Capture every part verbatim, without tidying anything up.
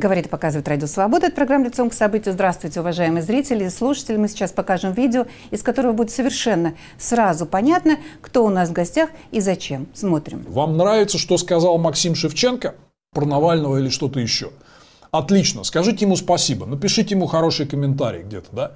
Говорит и показывает Радио Свобода. Это программа «Лицом к событию». Здравствуйте, уважаемые зрители и слушатели. Мы сейчас покажем видео, из которого будет совершенно сразу понятно, кто у нас в гостях и зачем. Смотрим. Вам нравится, что сказал Максим Шевченко про Навального или что-то еще? Отлично. Скажите ему спасибо. Напишите ему хороший комментарий где-то, да?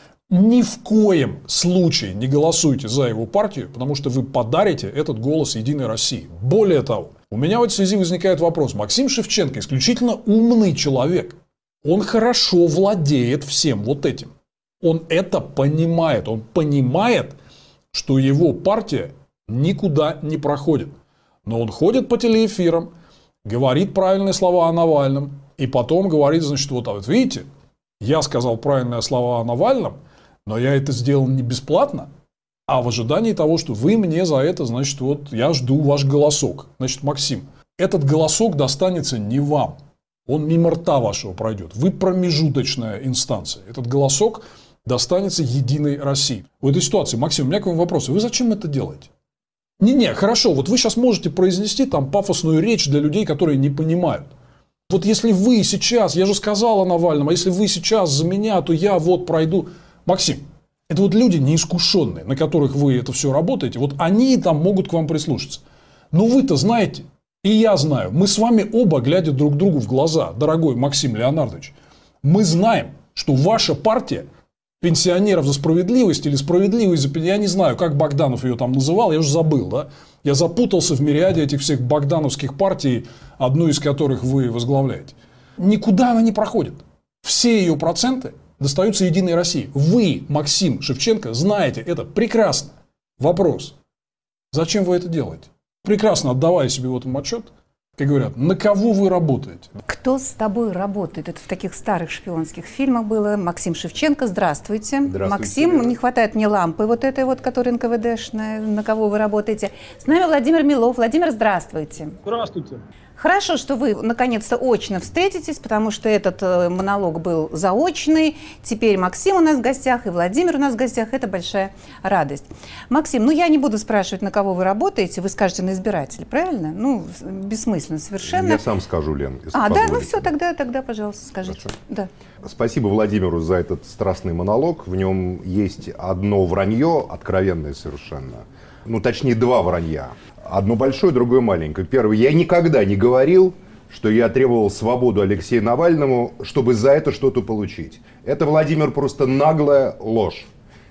Ни в коем случае не голосуйте за его партию, потому что вы подарите этот голос Единой России. Более того, у меня в этой связи возникает вопрос. Максим Шевченко исключительно умный человек. Он хорошо владеет всем вот этим. Он это понимает. Он понимает, что его партия никуда не проходит. Но он ходит по телеэфирам, говорит правильные слова о Навальном, и потом говорит, значит, вот, а вот видите, я сказал правильные слова о Навальном, но я это сделал не бесплатно, а в ожидании того, что вы мне за это, значит, вот я жду ваш голосок. Значит, Максим, этот голосок достанется не вам. Он мимо рта вашего пройдет. Вы промежуточная инстанция. Этот голосок достанется Единой России. В этой ситуации, Максим, у меня к вам вопрос. Вы зачем это делаете? Не-не, хорошо, вот вы сейчас можете произнести там пафосную речь для людей, которые не понимают. Вот если вы сейчас, я же сказал о Навальном, а если вы сейчас за меня, то я вот пройду. Максим, это вот люди неискушенные, на которых вы это все работаете, вот они там могут к вам прислушаться. Но вы-то знаете, и я знаю, мы с вами оба, глядя друг другу в глаза, дорогой Максим Леонардович, мы знаем, что ваша партия пенсионеров за справедливость или справедливость за... Я не знаю, как Богданов ее там называл, я уже забыл, да? Я запутался в мириаде этих всех богдановских партий, одну из которых вы возглавляете. Никуда она не проходит. Все ее проценты достаются Единой России. Вы, Максим Шевченко, знаете это прекрасно. Вопрос. Зачем вы это делаете? Прекрасно отдавая себе в этом отчет, как говорят, на кого вы работаете? Кто с тобой работает? Это в таких старых шпионских фильмах было. Максим Шевченко, здравствуйте. Здравствуйте. Максим, не хватает мне лампы вот этой вот, которая эн ка вэ дэшная, на кого вы работаете. С нами Владимир Милов. Владимир, здравствуйте. Здравствуйте. Хорошо, что вы наконец-то очно встретитесь, потому что этот э, монолог был заочный. Теперь Максим у нас в гостях и Владимир у нас в гостях. Это большая радость. Максим, ну я не буду спрашивать, на кого вы работаете. Вы скажете на избирателя, правильно? Ну, бессмысленно совершенно. Я сам скажу, Лен, если А, позволите. да? Ну все, тогда, тогда, пожалуйста, скажите. Да. Спасибо Владимиру за этот страстный монолог. В нем есть одно вранье, откровенное совершенно. Ну, точнее, два вранья. Одно большое, другое маленькое. Первое. Я никогда не говорил, что я требовал свободу Алексею Навальному, чтобы за это что-то получить. Это, Владимир, просто наглая ложь.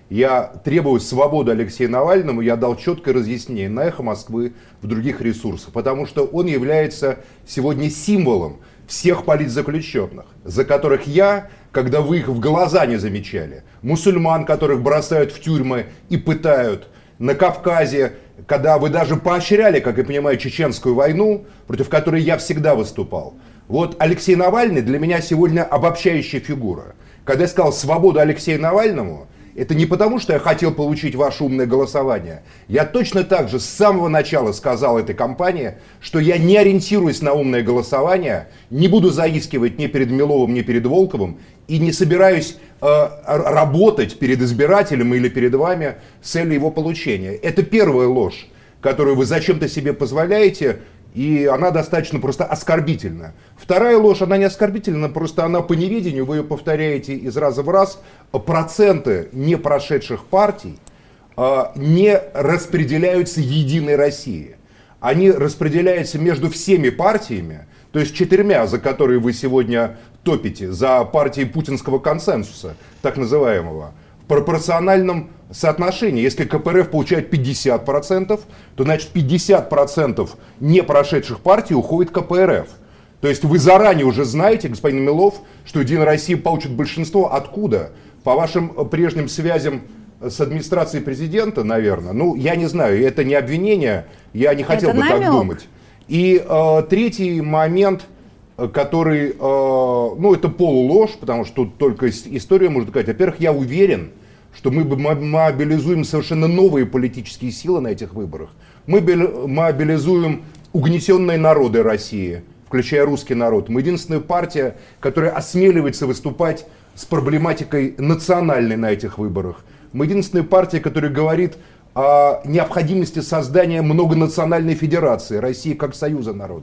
Я требую свободу Алексею Навальному, я дал четкое разъяснение на «Эхо Москвы», в других ресурсах, потому что он является сегодня символом всех политзаключенных, за которых я, когда вы их в глаза не замечали, мусульман, которых бросают в тюрьмы и пытают, на Кавказе, когда вы даже поощряли, как я понимаю, чеченскую войну, против которой я всегда выступал. Вот Алексей Навальный для меня сегодня обобщающая фигура. Когда я сказал «свободу Алексею Навальному», это не потому, что я хотел получить ваше умное голосование. Я точно так же с самого начала сказал этой кампании, что я не ориентируюсь на умное голосование, не буду заискивать ни перед Миловым, ни перед Волковым, и не собираюсь э, работать перед избирателем или перед вами с целью его получения. Это первая ложь, которую вы зачем-то себе позволяете, и она достаточно просто оскорбительна. Вторая ложь, она не оскорбительна, просто она по неведению, вы ее повторяете из раза в раз. Проценты не прошедших партий э, не распределяются Единой России. Они распределяются между всеми партиями, то есть четырьмя, за которые вы сегодня топите, за партией путинского консенсуса, так называемого, в пропорциональном соотношении. Если ка пэ эр эф получает пятьдесят процентов, то значит пятьдесят процентов не прошедших партий уходит ка пэ эр эф. То есть вы заранее уже знаете, господин Милов, что Единая Россия получит большинство. Откуда? По вашим прежним связям с администрацией президента, наверное. Ну, я не знаю, это не обвинение, я не хотел это бы намек. так думать. И э, третий момент, который, э, ну, это полуложь, потому что тут только история можно сказать. Во-первых, я уверен, что мы мобилизуем совершенно новые политические силы на этих выборах. Мы мобилизуем угнетенные народы России, включая русский народ. Мы единственная партия, которая осмеливается выступать с проблематикой национальной на этих выборах. Мы единственная партия, которая говорит о необходимости создания многонациональной федерации России как союза народов.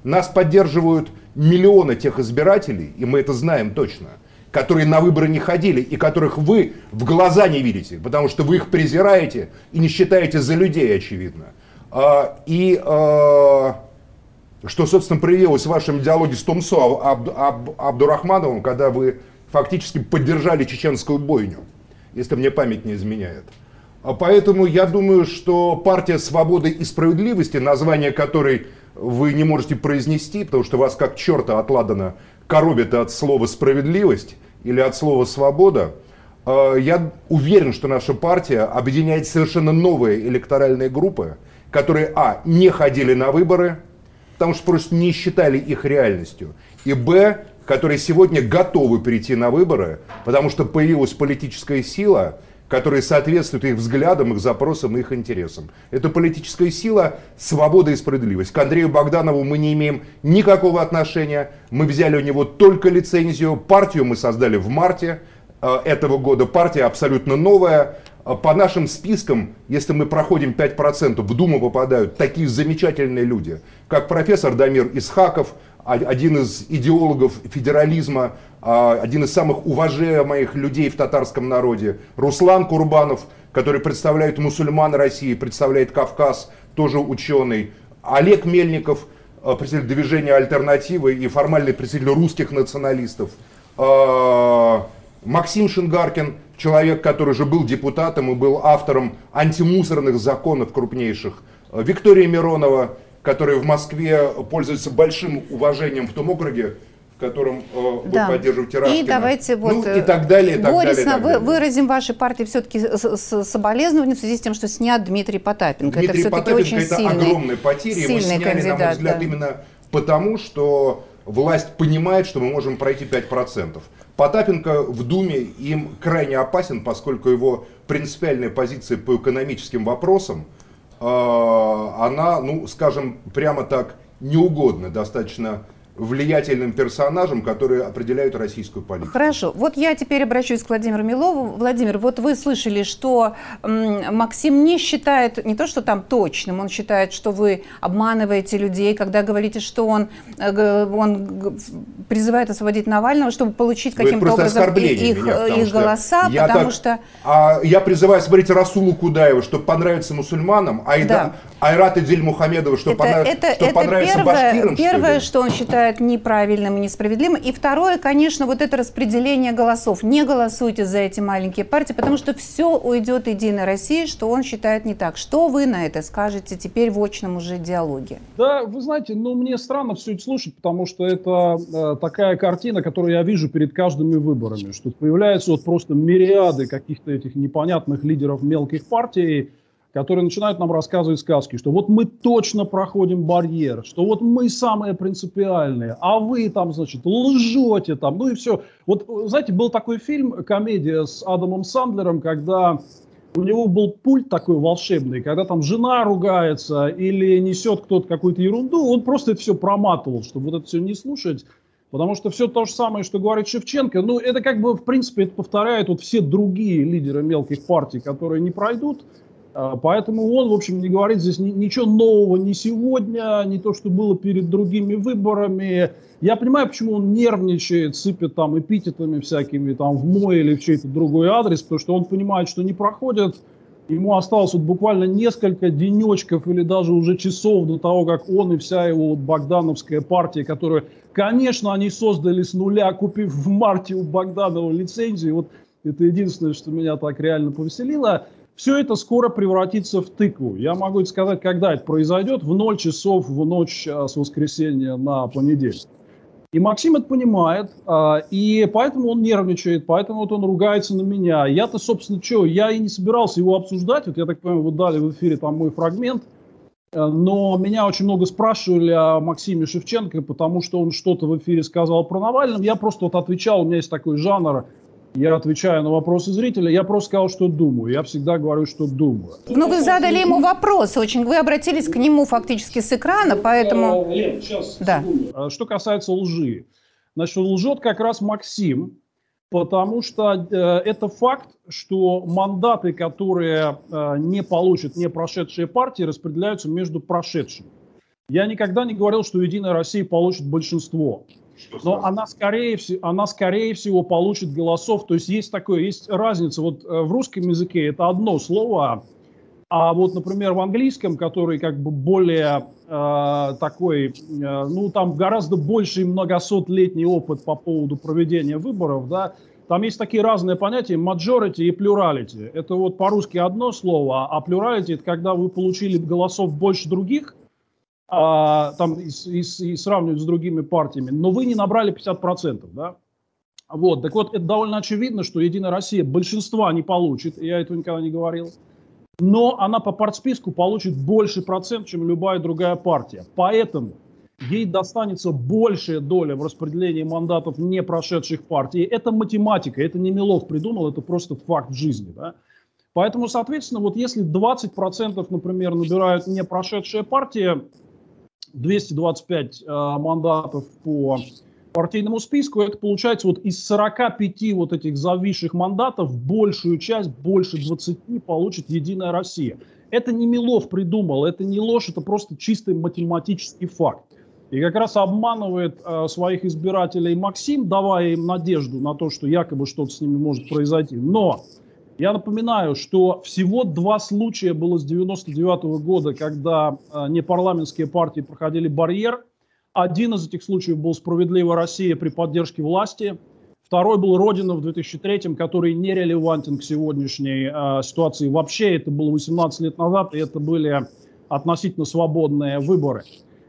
Нас поддерживают миллионы тех избирателей, и мы это знаем точно, которые на выборы не ходили и которых вы в глаза не видите, потому что вы их презираете и не считаете за людей, очевидно. И что, собственно, проявилось в вашем диалоге с Тумсо Аб, Аб, Абдурахмановым, когда вы фактически поддержали чеченскую бойню, если мне память не изменяет. Поэтому я думаю, что партия «Свободы и справедливости», название которой вы не можете произнести, потому что вас как черта отладано коробит от слова «справедливость» или от слова «свобода», я уверен, что наша партия объединяет совершенно новые электоральные группы, которые, а, не ходили на выборы, потому что просто не считали их реальностью, и, б, которые сегодня готовы прийти на выборы, потому что появилась политическая сила, которая соответствует их взглядам, их запросам, их интересам. Это политическая сила «Свобода и справедливость». К Андрею Богданову мы не имеем никакого отношения, мы взяли у него только лицензию, партию мы создали в марте этого года, партия абсолютно новая. По нашим спискам, если мы проходим пять процентов, в Думу попадают такие замечательные люди, как профессор Дамир Исхаков, один из идеологов федерализма, один из самых уважаемых людей в татарском народе, Руслан Курбанов, который представляет мусульман России, представляет Кавказ, тоже ученый, Олег Мельников, представитель движения «Альтернативы» и формальный представитель русских националистов, Максим Шингаркин, человек, который же был депутатом и был автором антимусорных законов крупнейших, Виктория Миронова, которая в Москве пользуется большим уважением в том округе, в котором э, да. вы поддерживаете Рашкина. И давайте вот, ну, и так далее, и так горестно далее, и так далее. выразим вашей партии все-таки соболезнования в связи с тем, что снят Дмитрий Потапенко. Дмитрий это Потапенко очень это сильный, огромная потеря. Его сняли, кандидат, на мой взгляд, да. именно потому, что власть понимает, что мы можем пройти пять процентов. Потапенко в Думе им крайне опасен, поскольку его принципиальная позиция по экономическим вопросам, э, она, ну, скажем, прямо так, неугодна достаточно влиятельным персонажам, которые определяют российскую политику. Хорошо. Вот я теперь обращусь к Владимиру Милову. Владимир, вот вы слышали, что м, Максим не считает, не то что там точным, он считает, что вы обманываете людей, когда говорите, что он, э, он призывает освободить Навального, чтобы получить каким-то образом их, меня, их голоса, я потому так, что... А, я призываю освободить Расулу Кудаева, чтобы понравиться мусульманам, а да. Айрат Эдильмухамедова, чтобы это, понрав... это, чтобы это понравиться первое, башкирам, первое, что, что он считает неправильным и несправедливым. И второе, конечно, вот это распределение голосов. Не голосуйте за эти маленькие партии, потому что все уйдет Единой России, что он считает не так. Что вы на это скажете теперь в очном уже диалоге? Да, вы знаете, ну мне странно все это слушать, потому что это э, такая картина, которую я вижу перед каждыми выборами, что появляются вот просто мириады каких-то этих непонятных лидеров мелких партий, которые начинают нам рассказывать сказки, что вот мы точно проходим барьер, что вот мы самые принципиальные, а вы там, значит, лжете там, ну и все. Вот, знаете, был такой фильм, комедия с Адамом Сандлером, когда у него был пульт такой волшебный, когда там жена ругается или несет кто-то какую-то ерунду, он просто это все проматывал, чтобы вот это все не слушать. Потому что все то же самое, что говорит Шевченко, ну это как бы, в принципе, это повторяют вот все другие лидеры мелких партий, которые не пройдут. Поэтому он, в общем, не говорит здесь ничего нового ни сегодня, ни то, что было перед другими выборами. Я понимаю, почему он нервничает, сыпет там эпитетами всякими там в мой или в чей-то другой адрес, потому что он понимает, что не проходит. Ему осталось вот буквально несколько денечков или даже уже часов до того, как он и вся его вот богдановская партия, которую, конечно, они создали с нуля, купив в марте у Богданова лицензию. Вот это единственное, что меня так реально повеселило. Все это скоро превратится в тыкву. Я могу сказать, когда это произойдет, в ноль часов в ночь с воскресенья на понедельник. И Максим это понимает, и поэтому он нервничает, поэтому вот он ругается на меня. Я-то, собственно, что, я и не собирался его обсуждать, вот я так понимаю, вы дали в эфире там мой фрагмент, но меня очень много спрашивали о Максиме Шевченко, потому что он что-то в эфире сказал про Навального. Я просто вот отвечал, у меня есть такой жанр, я отвечаю на вопросы зрителя, я просто сказал, что думаю. Я всегда говорю, что думаю. Ну, вы задали ему вопрос, очень, вы обратились к нему фактически с экрана, поэтому... Лен, сейчас, да. Что касается лжи. Значит, лжет как раз Максим, потому что э, это факт, что мандаты, которые э, не получат не прошедшие партии, распределяются между прошедшими. Я никогда не говорил, что «Единая Россия» получит большинство. Но она скорее, она скорее всего получит голосов. То есть есть такое, есть разница. Вот в русском языке это одно слово, а вот, например, в английском, который как бы более э, такой, э, ну там гораздо больше и многосотлетний опыт по поводу проведения выборов, да, там есть такие разные понятия, majority и plurality. Это вот по-русски одно слово, а plurality — это когда вы получили голосов больше других, а, там, и, и, и сравнивать с другими партиями, но вы не набрали пятьдесят процентов, да? Вот, так вот, это довольно очевидно, что «Единая Россия» большинства не получит, я этого никогда не говорил, но она по партсписку получит больше процент, чем любая другая партия. Поэтому ей достанется большая доля в распределении мандатов не прошедших партий. Это математика, это не Милов придумал, это просто факт жизни, да? Поэтому, соответственно, вот если двадцать процентов, например, набирают не прошедшая партия, двести двадцать пять э, мандатов по партийному списку, это получается вот из сорока пяти вот этих зависших мандатов большую часть, больше двадцати получит «Единая Россия». Это не Милов придумал, это не ложь, это просто чистый математический факт. И как раз обманывает э, своих избирателей Максим, давая им надежду на то, что якобы что-то с ними может произойти. Но я напоминаю, что всего два случая было с девяносто девятого года, когда э, непарламентские партии проходили барьер. Один из этих случаев был «Справедливая Россия» при поддержке власти. Второй был «Родина» в две тысячи третьем, который не релевантен к сегодняшней э, ситуации. Вообще это было восемнадцать лет назад, и это были относительно свободные выборы.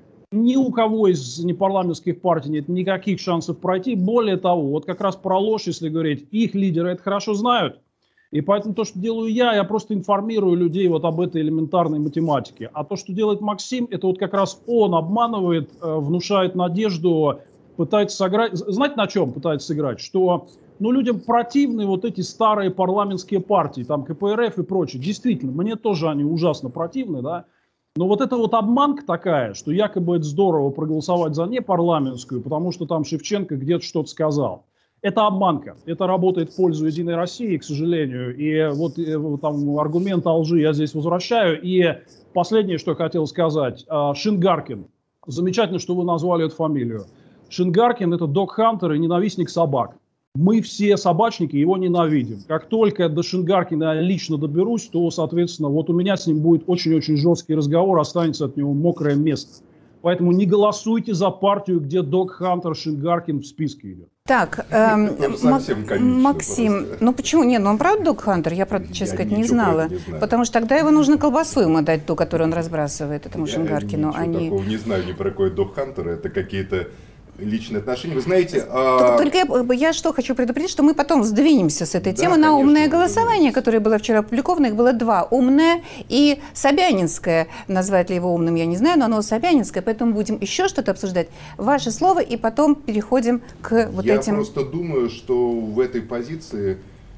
Ни у кого из непарламентских партий нет никаких шансов пройти. Более того, вот как раз про ложь, если говорить, их лидеры это хорошо знают. И поэтому то, что делаю я, я просто информирую людей вот об этой элементарной математике. А то, что делает Максим, это вот как раз он обманывает, внушает надежду, пытается сыграть. Знаете, на чем пытается сыграть? Что ну, людям противны вот эти старые парламентские партии, там ка пэ эр эф и прочее. Действительно, мне тоже они ужасно противны, да. Но вот эта вот обманка такая, что якобы это здорово проголосовать за непарламентскую, потому что там Шевченко где-то что-то сказал. Это обманка. Это работает в пользу «Единой России», к сожалению. И вот, и, вот там аргумент о лжи я здесь возвращаю. И последнее, что я хотел сказать. Шингаркин. Замечательно, что вы назвали эту фамилию. Шингаркин – это дог-хантер и ненавистник собак. Мы все собачники его ненавидим. Как только до Шингаркина я лично доберусь, то, соответственно, вот у меня с ним будет очень-очень жесткий разговор, останется от него мокрое место. Поэтому не голосуйте за партию, где дог-хантер Шингаркин в списке идет. Так, эм, Мак- Максим, просто. Ну почему? Нет, ну он правда дог-хантер? Я, правда, честно сказать, не знала. Не потому что тогда его нужно колбасу ему дать, ту, которую он разбрасывает, этому я Шингаркину. Я ничего они... такого не знаю ни про какой дог-хантер. Это какие-то личные отношения. Вы знаете... А... Только я, я что хочу предупредить, что мы потом сдвинемся с этой да, темы на умное голосование, которое было вчера опубликовано. Их было два. Умное и Собянинское. Назвать ли его умным, я не знаю, но оно Собянинское, поэтому будем еще что-то обсуждать. Ваше слово, и потом переходим к вот я этим... Я просто думаю, что в этой позиции,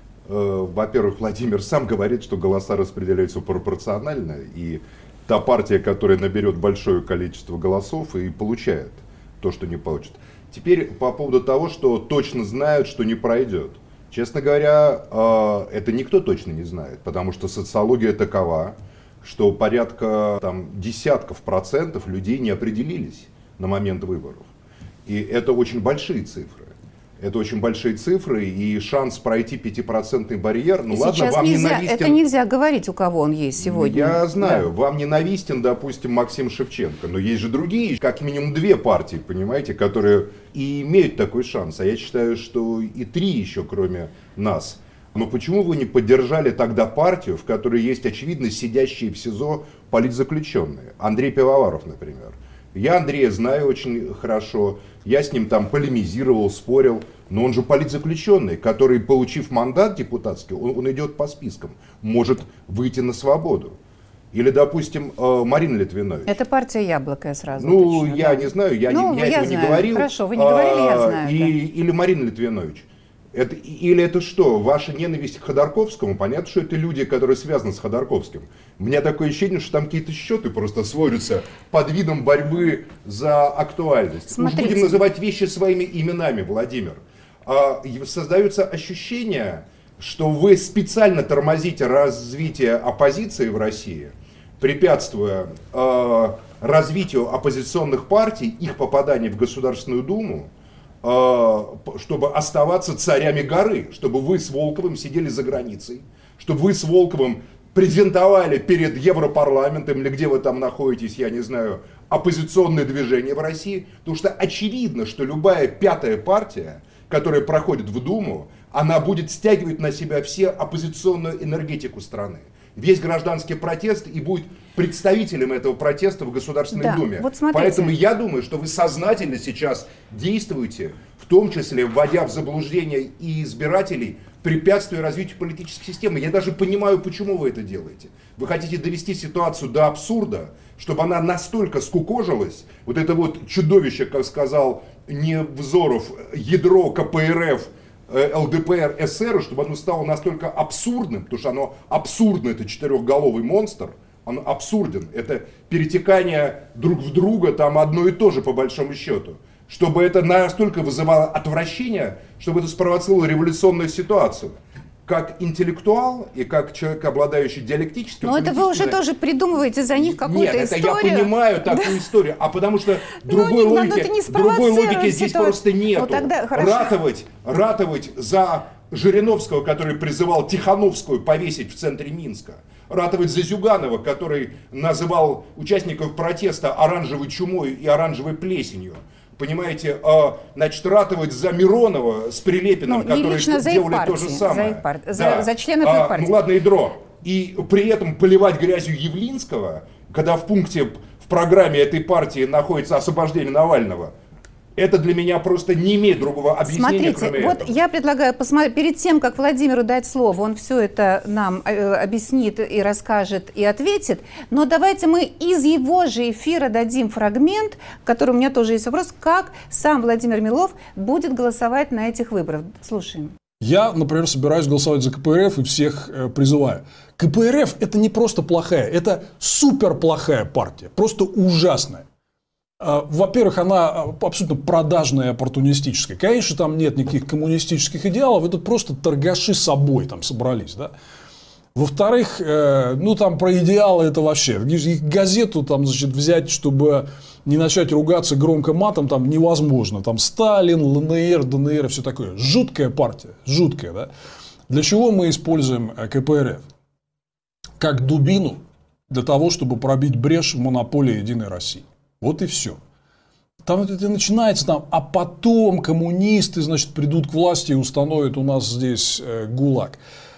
э, во-первых, Владимир сам говорит, что голоса распределяются пропорционально, и та партия, которая наберет большое количество голосов, и получает то, что не получит. Теперь по поводу того, что точно знают, что не пройдет. Честно говоря, это никто точно не знает, потому что социология такова, что порядка там, десятков процентов людей не определились на момент выборов. И это очень большие цифры. Это очень большие цифры, и шанс пройти пятипроцентный барьер, ну Сейчас ладно, вам нельзя, ненавистен... Это нельзя говорить, у кого он есть сегодня. Я знаю, да. Вам ненавистен, допустим, Максим Шевченко, но есть же другие, как минимум две партии, понимаете, которые и имеют такой шанс. А я считаю, что и три еще, кроме нас. Но почему вы не поддержали тогда партию, в которой есть, очевидно, сидящие в СИЗО политзаключенные? Андрей Пивоваров, например. Я Андрея знаю очень хорошо, я с ним там полемизировал, спорил, но он же политзаключенный, который, получив мандат депутатский, он, он идет по спискам, может выйти на свободу. Или, допустим, Марина Литвинович. Это партия «Яблоко», я сразу Ну, уточню, я да. не знаю, я, ну, не, я, я этого знаю. не говорил. Хорошо, вы не говорили, я знаю. И, да. Или Марина Литвинович. Это, или это что, ваша ненависть к Ходорковскому? Понятно, что это люди, которые связаны с Ходорковским. У меня такое ощущение, что там какие-то счеты просто сводятся под видом борьбы за актуальность. Смотрите. Уж будем называть вещи своими именами, Владимир. А, создается ощущение, что вы специально тормозите развитие оппозиции в России, препятствуя э, развитию оппозиционных партий, их попадания в Государственную Думу, чтобы оставаться царями горы, чтобы вы с Волковым сидели за границей, чтобы вы с Волковым презентовали перед Европарламентом или где вы там находитесь, я не знаю, оппозиционные движения в России, потому что очевидно, что любая пятая партия, которая проходит в Думу, она будет стягивать на себя все оппозиционную энергетику страны. Весь гражданский протест и будет представителем этого протеста в Государственной да, Думе. Вот смотрите. Поэтому я думаю, что вы сознательно сейчас действуете, в том числе вводя в заблуждение и избирателей, препятствуя развитию политической системы. Я даже понимаю, почему вы это делаете. Вы хотите довести ситуацию до абсурда, чтобы она настолько скукожилась, вот это вот чудовище, как сказал Невзоров, ядро ка пэ эр эф, эл дэ пэ эр, эс эр, чтобы оно стало настолько абсурдным, потому что оно абсурдно, это четырехголовый монстр, он абсурден, это перетекание друг в друга, там одно и то же по большому счету. Чтобы это настолько вызывало отвращение, чтобы это спровоцировало революционную ситуацию. Как интеллектуал и как человек, обладающий диалектическим... Но это вы уже тоже придумываете за них какую-то Нет, историю. Нет, это я понимаю такую историю, а потому что другой, ну, логики, ну, другой логики здесь ситуацию. просто нету. Ну, тогда ратовать, ратовать за Жириновского, который призывал Тихановскую повесить в центре Минска. Ратовать за Зюганова, который называл участников протеста оранжевой чумой и оранжевой плесенью. Понимаете, значит, ратовать за Миронова с Прилепиным, ну, которые делали партии, то же самое. За, их пар... да. за, за членов а, их партии. Ну ладно, ядро. И при этом поливать грязью Явлинского, когда в пункте в программе этой партии находится освобождение Навального, это для меня просто не имеет другого объяснения, Смотрите, кроме вот этого. я предлагаю посмотреть, перед тем, как Владимиру дать слово, он все это нам э, объяснит и расскажет, и ответит, но давайте мы из его же эфира дадим фрагмент, который у меня тоже есть вопрос, как сам Владимир Милов будет голосовать на этих выборах. Слушаем. Я, например, собираюсь голосовать за ка пэ эр эф и всех э, призываю. ка пэ эр эф это не просто плохая, это супер плохая партия, просто ужасная. Во-первых, она абсолютно продажная и оппортунистическая. Конечно, там нет никаких коммунистических идеалов, это просто торгаши собой там собрались. Да? Во-вторых, э, ну там про идеалы это вообще. Их газету там, значит, взять, чтобы не начать ругаться громко матом, там невозможно. Там Сталин, эл эн эр, дэ эн эр, все такое. Жуткая партия, жуткая. Да? Для чего мы используем ка пэ эр эф? Как дубину для того, чтобы пробить брешь в монополии Единой России. Вот и все. Там это начинается, там, а потом коммунисты, значит, придут к власти и установят у нас здесь э, ГУЛАГ.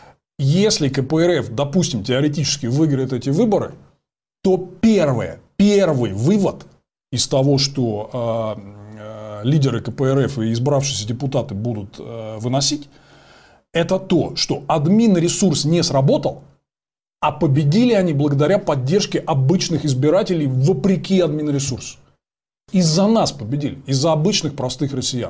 Если ка пэ эр эф, допустим, теоретически выиграет эти выборы, то первое, первый вывод из того, что э, э, лидеры ка пэ эр эф и избравшиеся депутаты будут э, выносить, это то, что админ-ресурс не сработал, а победили они благодаря поддержке обычных избирателей вопреки админресурсу. Из-за нас победили, из-за обычных простых россиян.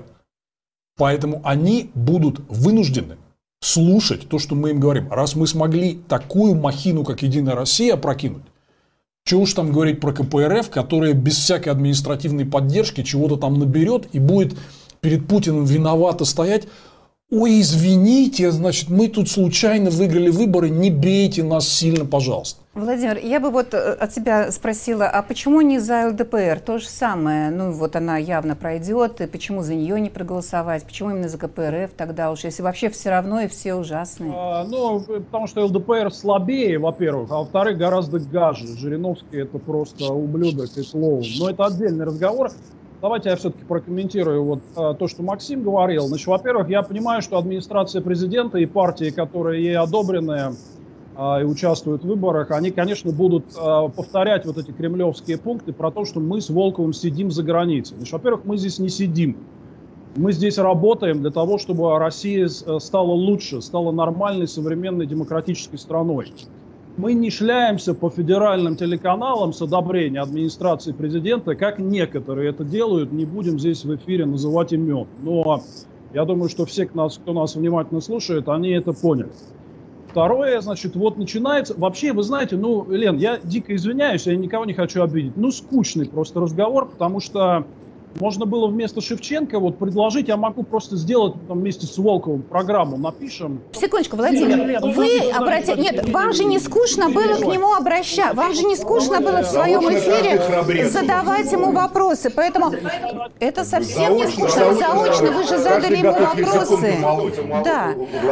Поэтому они будут вынуждены слушать то, что мы им говорим. Раз мы смогли такую махину, как Единая Россия, опрокинуть, чего уж там говорить про ка пэ эр эф, которая без всякой административной поддержки чего-то там наберет и будет перед Путиным виновато стоять. Ой, извините, значит, мы тут случайно выиграли выборы, не бейте нас сильно, пожалуйста. Владимир, я бы вот от тебя спросила, а почему не за эл дэ пэ эр? То же самое, ну вот она явно пройдет, и почему за нее не проголосовать? Почему именно за ка пэ эр эф тогда уж, если вообще все равно и все ужасные? А, ну, потому что эл дэ пэ эр слабее, во-первых, а во-вторых, гораздо гаже. Жириновский это просто ублюдок и клоун. Но это отдельный разговор. Давайте я все-таки прокомментирую вот а, то, что Максим говорил. Значит, во-первых, я понимаю, что администрация президента и партии, которые ей одобрены а, и участвуют в выборах, они, конечно, будут а, повторять вот эти кремлевские пункты про то, что мы с Волковым сидим за границей. Значит, во-первых, мы здесь не сидим. Мы здесь работаем для того, чтобы Россия стала лучше, стала нормальной, современной, демократической страной. Мы не шляемся по федеральным телеканалам с одобрения администрации президента, как некоторые это делают. Не будем здесь в эфире называть имен. Но я думаю, что все, кто нас, кто нас внимательно слушает, они это поняли. Второе, значит, вот начинается... Вообще, вы знаете, ну, Лен, я дико извиняюсь, я никого не хочу обидеть. Ну, скучный просто разговор, потому что Можно было вместо Шевченко вот предложить, я могу просто сделать там, вместе с Волковым программу, напишем. Секундочку, Владимир, вы обратите... Нет, вам же не скучно было к нему обращаться, вам же не скучно было в своем эфире задавать ему вопросы, поэтому это совсем не скучно. Заочно вы же задали ему вопросы. Да.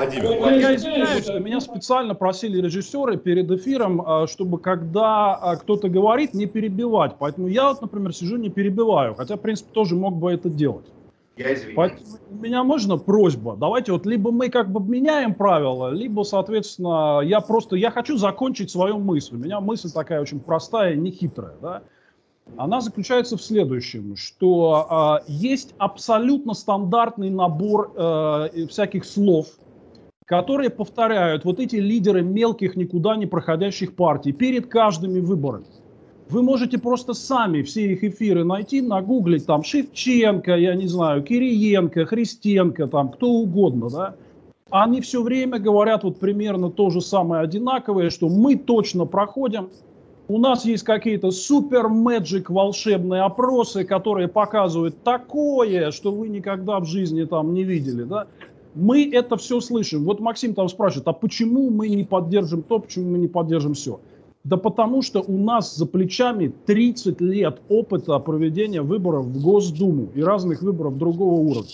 Я извиняюсь, меня специально просили режиссеры перед эфиром, чтобы когда кто-то говорит, не перебивать. Поэтому я, вот, например, сижу, не перебиваю, хотя, в принципе, тоже мог бы это делать. Я извиняюсь. Поэтому у меня можно просьба? Давайте вот либо мы как бы меняем правила, либо, соответственно, я просто, я хочу закончить свою мысль. У меня мысль такая очень простая и нехитрая, да? Она заключается в следующем, что э, есть абсолютно стандартный набор э, всяких слов, которые повторяют вот эти лидеры мелких, никуда не проходящих партий перед каждыми выборами. Вы можете просто сами все их эфиры найти, нагуглить там Шевченко, я не знаю, Кириенко, Христенко, там кто угодно, да. Они все время говорят вот примерно то же самое одинаковое, что мы точно проходим. У нас есть какие-то супер-мэджик волшебные опросы, которые показывают такое, что вы никогда в жизни там не видели, да. Мы это все слышим. Вот Максим там спрашивает, а почему мы не поддержим то, почему мы не поддержим все? Да потому что у нас за плечами тридцать лет опыта проведения выборов в Госдуму и разных выборов другого уровня.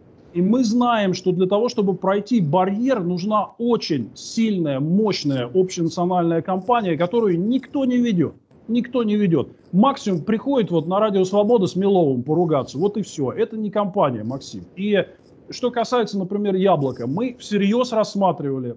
И мы знаем, что для того, чтобы пройти барьер, нужна очень сильная, мощная общенациональная кампания, которую никто не ведет. Никто не ведет. Максимум приходит вот на Радио Свобода с Миловым поругаться. Вот и все. Это не кампания, Максим. И что касается, например, Яблока, мы всерьез рассматривали,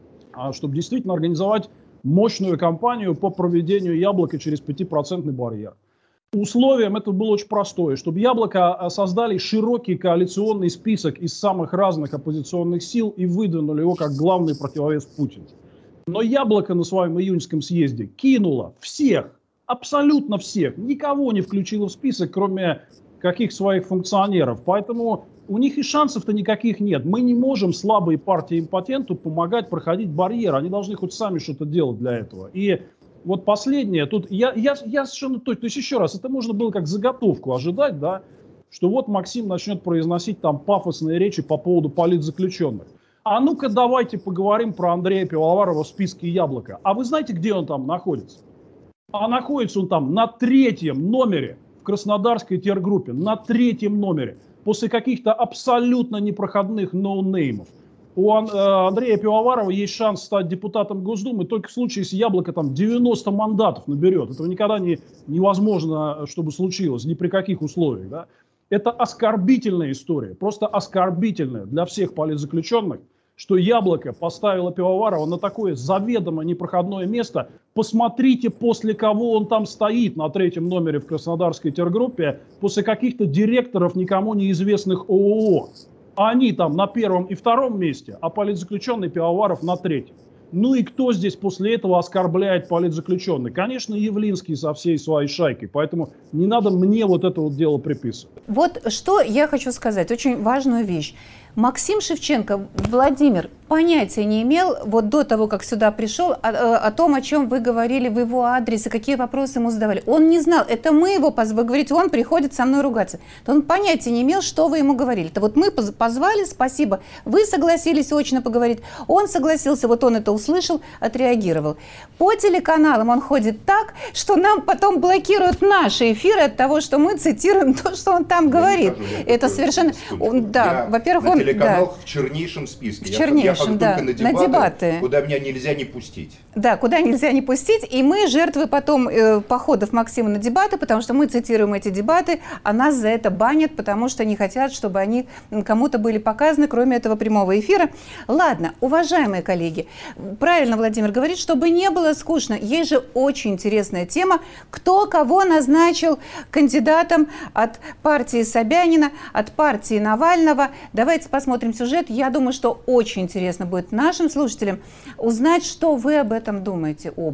чтобы действительно организовать мощную кампанию по проведению Яблока через пятипроцентный барьер. Условием это было очень простое, чтобы Яблоко создали широкий коалиционный список из самых разных оппозиционных сил и выдвинули его как главный противовес Путину. Но Яблоко на своем июньском съезде кинуло всех, абсолютно всех, никого не включило в список, кроме каких своих функционеров. Поэтому у них и шансов-то никаких нет. Мы не можем слабой партии импотенту помогать проходить барьер. Они должны хоть сами что-то делать для этого. И вот последнее, тут я, я, я совершенно точно, то есть еще раз, это можно было как заготовку ожидать, да, что вот Максим начнет произносить там пафосные речи по поводу политзаключенных. А ну-ка давайте поговорим про Андрея Пивоварова в списке Яблока. А вы знаете, где он там находится? А находится он там на третьем номере в Краснодарской тергруппе, на третьем номере. После каких-то абсолютно непроходных ноунеймов. У Андрея Пивоварова есть шанс стать депутатом Госдумы только в случае, если Яблоко там девяносто мандатов наберет. Этого никогда не, невозможно, чтобы случилось, ни при каких условиях. Да? Это оскорбительная история, просто оскорбительная для всех политзаключенных, что Яблоко поставило Пивоварова на такое заведомо непроходное место. Посмотрите, после кого он там стоит на третьем номере в Краснодарской тергруппе, после каких-то директоров никому неизвестных ООО. Они там на первом и втором месте, а политзаключенный Пивоваров на третьем. Ну и кто здесь после этого оскорбляет политзаключенных? Конечно, Явлинский со всей своей шайкой. Поэтому не надо мне вот это вот дело приписывать. Вот что я хочу сказать, очень важную вещь. Максим Шевченко, Владимир, понятия не имел, вот до того, как сюда пришел, о, о том, о чем вы говорили в его адресе, какие вопросы ему задавали. Он не знал, это мы его позвали, вы говорите, он приходит со мной ругаться. То он понятия не имел, что вы ему говорили. Это вот мы позвали, спасибо, вы согласились очно поговорить, он согласился, вот он это услышал, отреагировал. По телеканалам он ходит так, что нам потом блокируют наши эфиры от того, что мы цитируем то, что он там говорит. Это совершенно... Он, да, во-первых, он... Телеканал да. в чернейшем списке. В чернейшем, я, да. я на дебаты, на дебаты. Куда меня нельзя не пустить. Да, куда нельзя не пустить. И мы жертвы потом э, походов Максима на дебаты, потому что мы цитируем эти дебаты, а нас за это банят, потому что не хотят, чтобы они кому-то были показаны, кроме этого прямого эфира. Ладно, уважаемые коллеги, правильно Владимир говорит, чтобы не было скучно. Есть же очень интересная тема, кто кого назначил кандидатом от партии Собянина, от партии Навального. Давайте посмотрим сюжет. Я думаю, что очень интересно будет нашим слушателям узнать, что вы об этом думаете оба.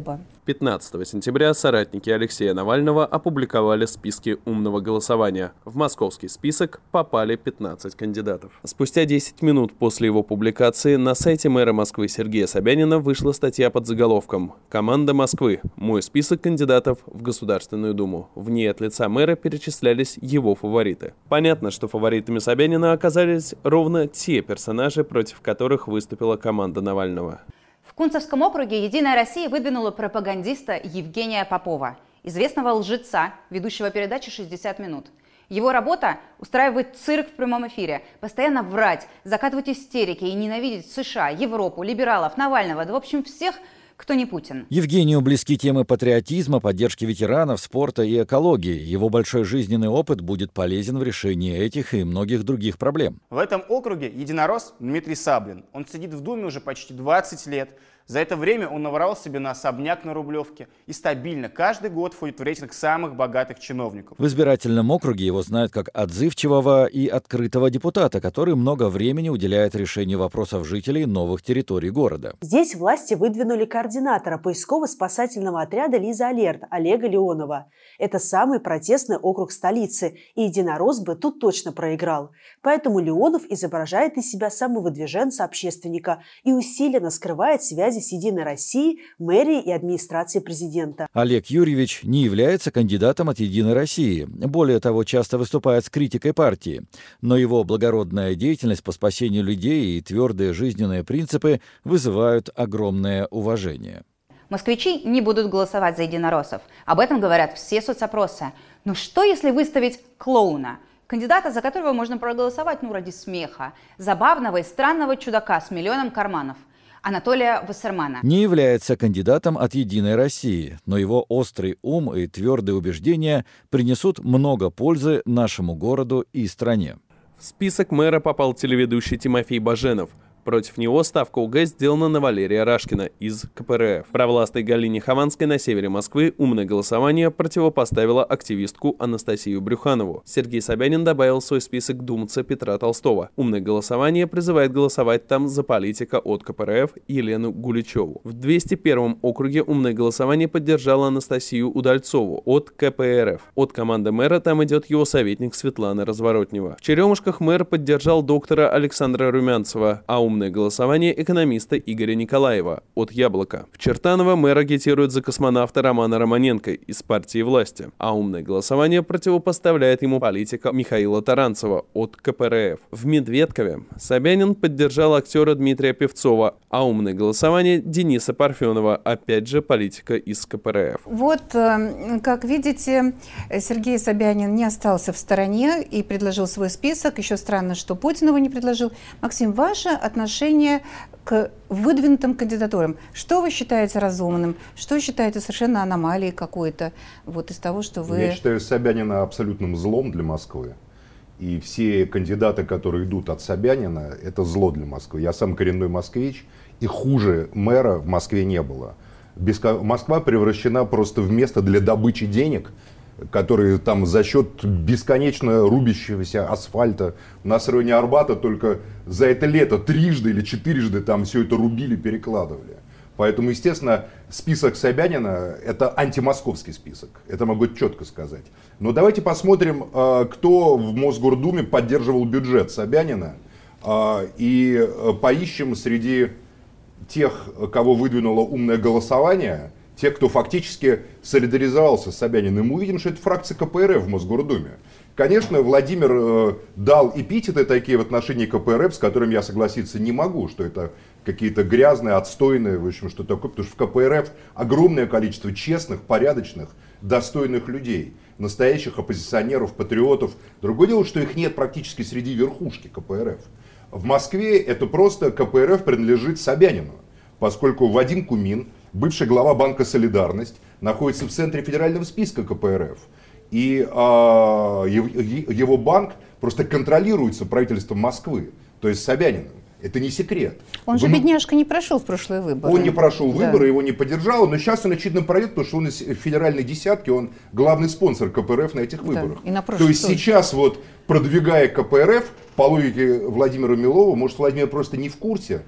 пятнадцатого сентября соратники Алексея Навального опубликовали списки умного голосования. В московский список попали пятнадцать кандидатов. Спустя десять минут после его публикации на сайте мэра Москвы Сергея Собянина вышла статья под заголовком «Команда Москвы. Мой список кандидатов в Государственную Думу». В ней от лица мэра перечислялись его фавориты. Понятно, что фаворитами Собянина оказались ровно те персонажи, против которых выступила команда Навального. В Кунцевском округе «Единая Россия» выдвинула пропагандиста Евгения Попова, известного лжеца, ведущего передачи «шестьдесят минут». Его работа – устраивать цирк в прямом эфире, постоянно врать, закатывать истерики и ненавидеть США, Европу, либералов, Навального, да в общем всех, кто не Путин. Евгению близки темы патриотизма, поддержки ветеранов, спорта и экологии. Его большой жизненный опыт будет полезен в решении этих и многих других проблем. В этом округе единорос Дмитрий Саблин. Он сидит в Думе уже почти двадцать лет. За это время он наворовал себе на особняк на Рублевке и стабильно каждый год входит в рейтинг самых богатых чиновников. В избирательном округе его знают как отзывчивого и открытого депутата, который много времени уделяет решению вопросов жителей новых территорий города. Здесь власти выдвинули координатора поисково-спасательного отряда «Лиза Алерт» Олега Леонова. Это самый протестный округ столицы, и единорос бы тут точно проиграл. Поэтому Леонов изображает из себя самовыдвиженца-общественника и усиленно скрывает связи с «Единой Россией», мэрией и администрацией президента. Олег Юрьевич не является кандидатом от «Единой России». Более того, часто выступает с критикой партии. Но его благородная деятельность по спасению людей и твердые жизненные принципы вызывают огромное уважение. Москвичи не будут голосовать за единороссов. Об этом говорят все соцопросы. Но что, если выставить клоуна? Кандидата, за которого можно проголосовать, ну, ради смеха. Забавного и странного чудака с миллионом карманов. Анатолия Вассермана. Не является кандидатом от «Единой России», но его острый ум и твердые убеждения принесут много пользы нашему городу и стране. В список мэра попал телеведущий Тимофей Баженов. Против него ставка УГ сделана на Валерия Рашкина из ка пэ эр эф. Провластной Галине Хованской на севере Москвы умное голосование противопоставила активистку Анастасию Брюханову. Сергей Собянин добавил в свой список думца Петра Толстого. Умное голосование призывает голосовать там за политика от ка пэ эр эф Елену Гуличеву. В двести первом округе умное голосование поддержало Анастасию Удальцову от ка пэ эр эф. От команды мэра там идет его советник Светлана Разворотнева. В Черемушках мэр поддержал доктора Александра Румянцева, а умное Умное голосование экономиста Игоря Николаева от «Яблока». В Чертаново мэр агитирует за космонавта Романа Романенко из партии власти, а умное голосование противопоставляет ему политика Михаила Таранцева от ка пэ эр эф. В Медведкове Собянин поддержал актера Дмитрия Певцова, а умное голосование Дениса Парфенова, опять же политика из ка пэ эр эф. Вот, как видите, Сергей Собянин не остался в стороне и предложил свой список. Еще странно, что Путин его не предложил. Максим, ваше отношение отношение к выдвинутым кандидатурам. Что вы считаете разумным? Что считаете совершенно аномалией какой-то? Вот из того, что вы... Я считаю Собянина абсолютным злом для Москвы. И все кандидаты, которые идут от Собянина, это зло для Москвы. Я сам коренной москвич, и хуже мэра в Москве не было. Москва превращена просто в место для добычи денег, которые там за счет бесконечно рубящегося асфальта на районе Арбата только за это лето трижды или четырежды там все это рубили, перекладывали. Поэтому, естественно, список Собянина – это антимосковский список. Это могу четко сказать. Но давайте посмотрим, кто в Мосгордуме поддерживал бюджет Собянина, и поищем среди тех, кого выдвинуло умное голосование, те, кто фактически солидаризовался с Собяниным, мы увидим, что это фракция ка пэ эр эф в Мосгордуме. Конечно, Владимир э, дал эпитеты такие в отношении ка пэ эр эф, с которыми я согласиться не могу, что это какие-то грязные, отстойные, в общем, что такое, потому что в ка пэ эр эф огромное количество честных, порядочных, достойных людей, настоящих оппозиционеров, патриотов. Другое дело, что их нет практически среди верхушки ка пэ эр эф. В Москве это просто ка пэ эр эф принадлежит Собянину, поскольку Вадим Кумин, бывший глава банка «Солидарность», находится в центре федерального списка ка пэ эр эф. И а, его банк просто контролируется правительством Москвы, то есть Собяниным. Это не секрет. Он же, Вы... бедняжка, не прошел в прошлые выборы. Он не прошел да. выборы, его не поддержал, но сейчас он очевидно пройдет, потому что он из федеральной десятки, он главный спонсор ка пэ эр эф на этих выборах. Да. И на то есть тоже. Сейчас, вот, продвигая ка пэ эр эф, по логике Владимира Милова, может, Владимир просто не в курсе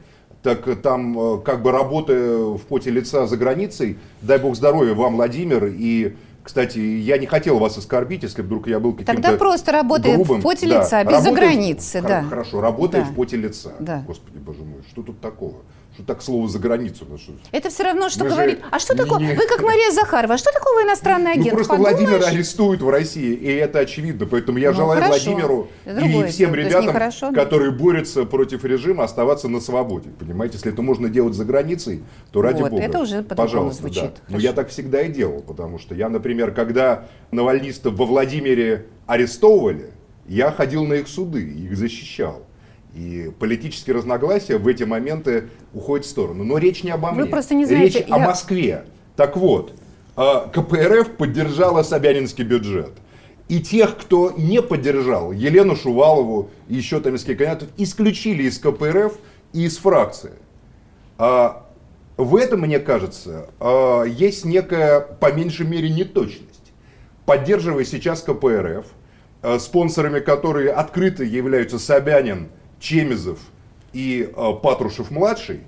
так там как бы работая в поте лица за границей, дай бог здоровья вам, Владимир, и... Кстати, я не хотел вас оскорбить, если вдруг я был каким-то Тогда просто работая грубым. в поте Да. лица, без Работая, заграницы. Да. Хорошо, работая Да. в поте лица. Да. Господи, боже мой, что тут такого? Что так слово «за границу»? Ну, что... Это все равно, что Мы говорит. же А что не- такое? не- Вы как Мария Захарова. А что такое иностранный агент? Ну просто Подумаешь? Владимира арестуют в России, и это очевидно. Поэтому я Ну, желаю хорошо. Владимиру Это другое и всем дело. То есть ребятам, нехорошо, да? которые борются против режима, оставаться на свободе. Понимаете, если это можно делать за границей, то ради Вот, бога. это уже по-другому пожалуйста, звучит. да. Но Хорошо. я так всегда и делал, потому что я, например, когда навальнистов во Владимире арестовывали, я ходил на их суды, их защищал. И политические разногласия в эти моменты уходят в сторону. Но речь не обо мне. Вы просто не знаете, речь о я- Москве. Так вот, а, ка пэ эр эф поддержала собянинский бюджет. И тех, кто не поддержал, Елену Шувалову и еще там несколько кандидатов, исключили из ка пэ эр эф и из фракции. А, в этом, мне кажется, а, есть некая, по меньшей мере, неточность. Поддерживая сейчас ка пэ эр эф, а, спонсорами которой открыто являются Собянин, Чемизов и а, Патрушев-младший,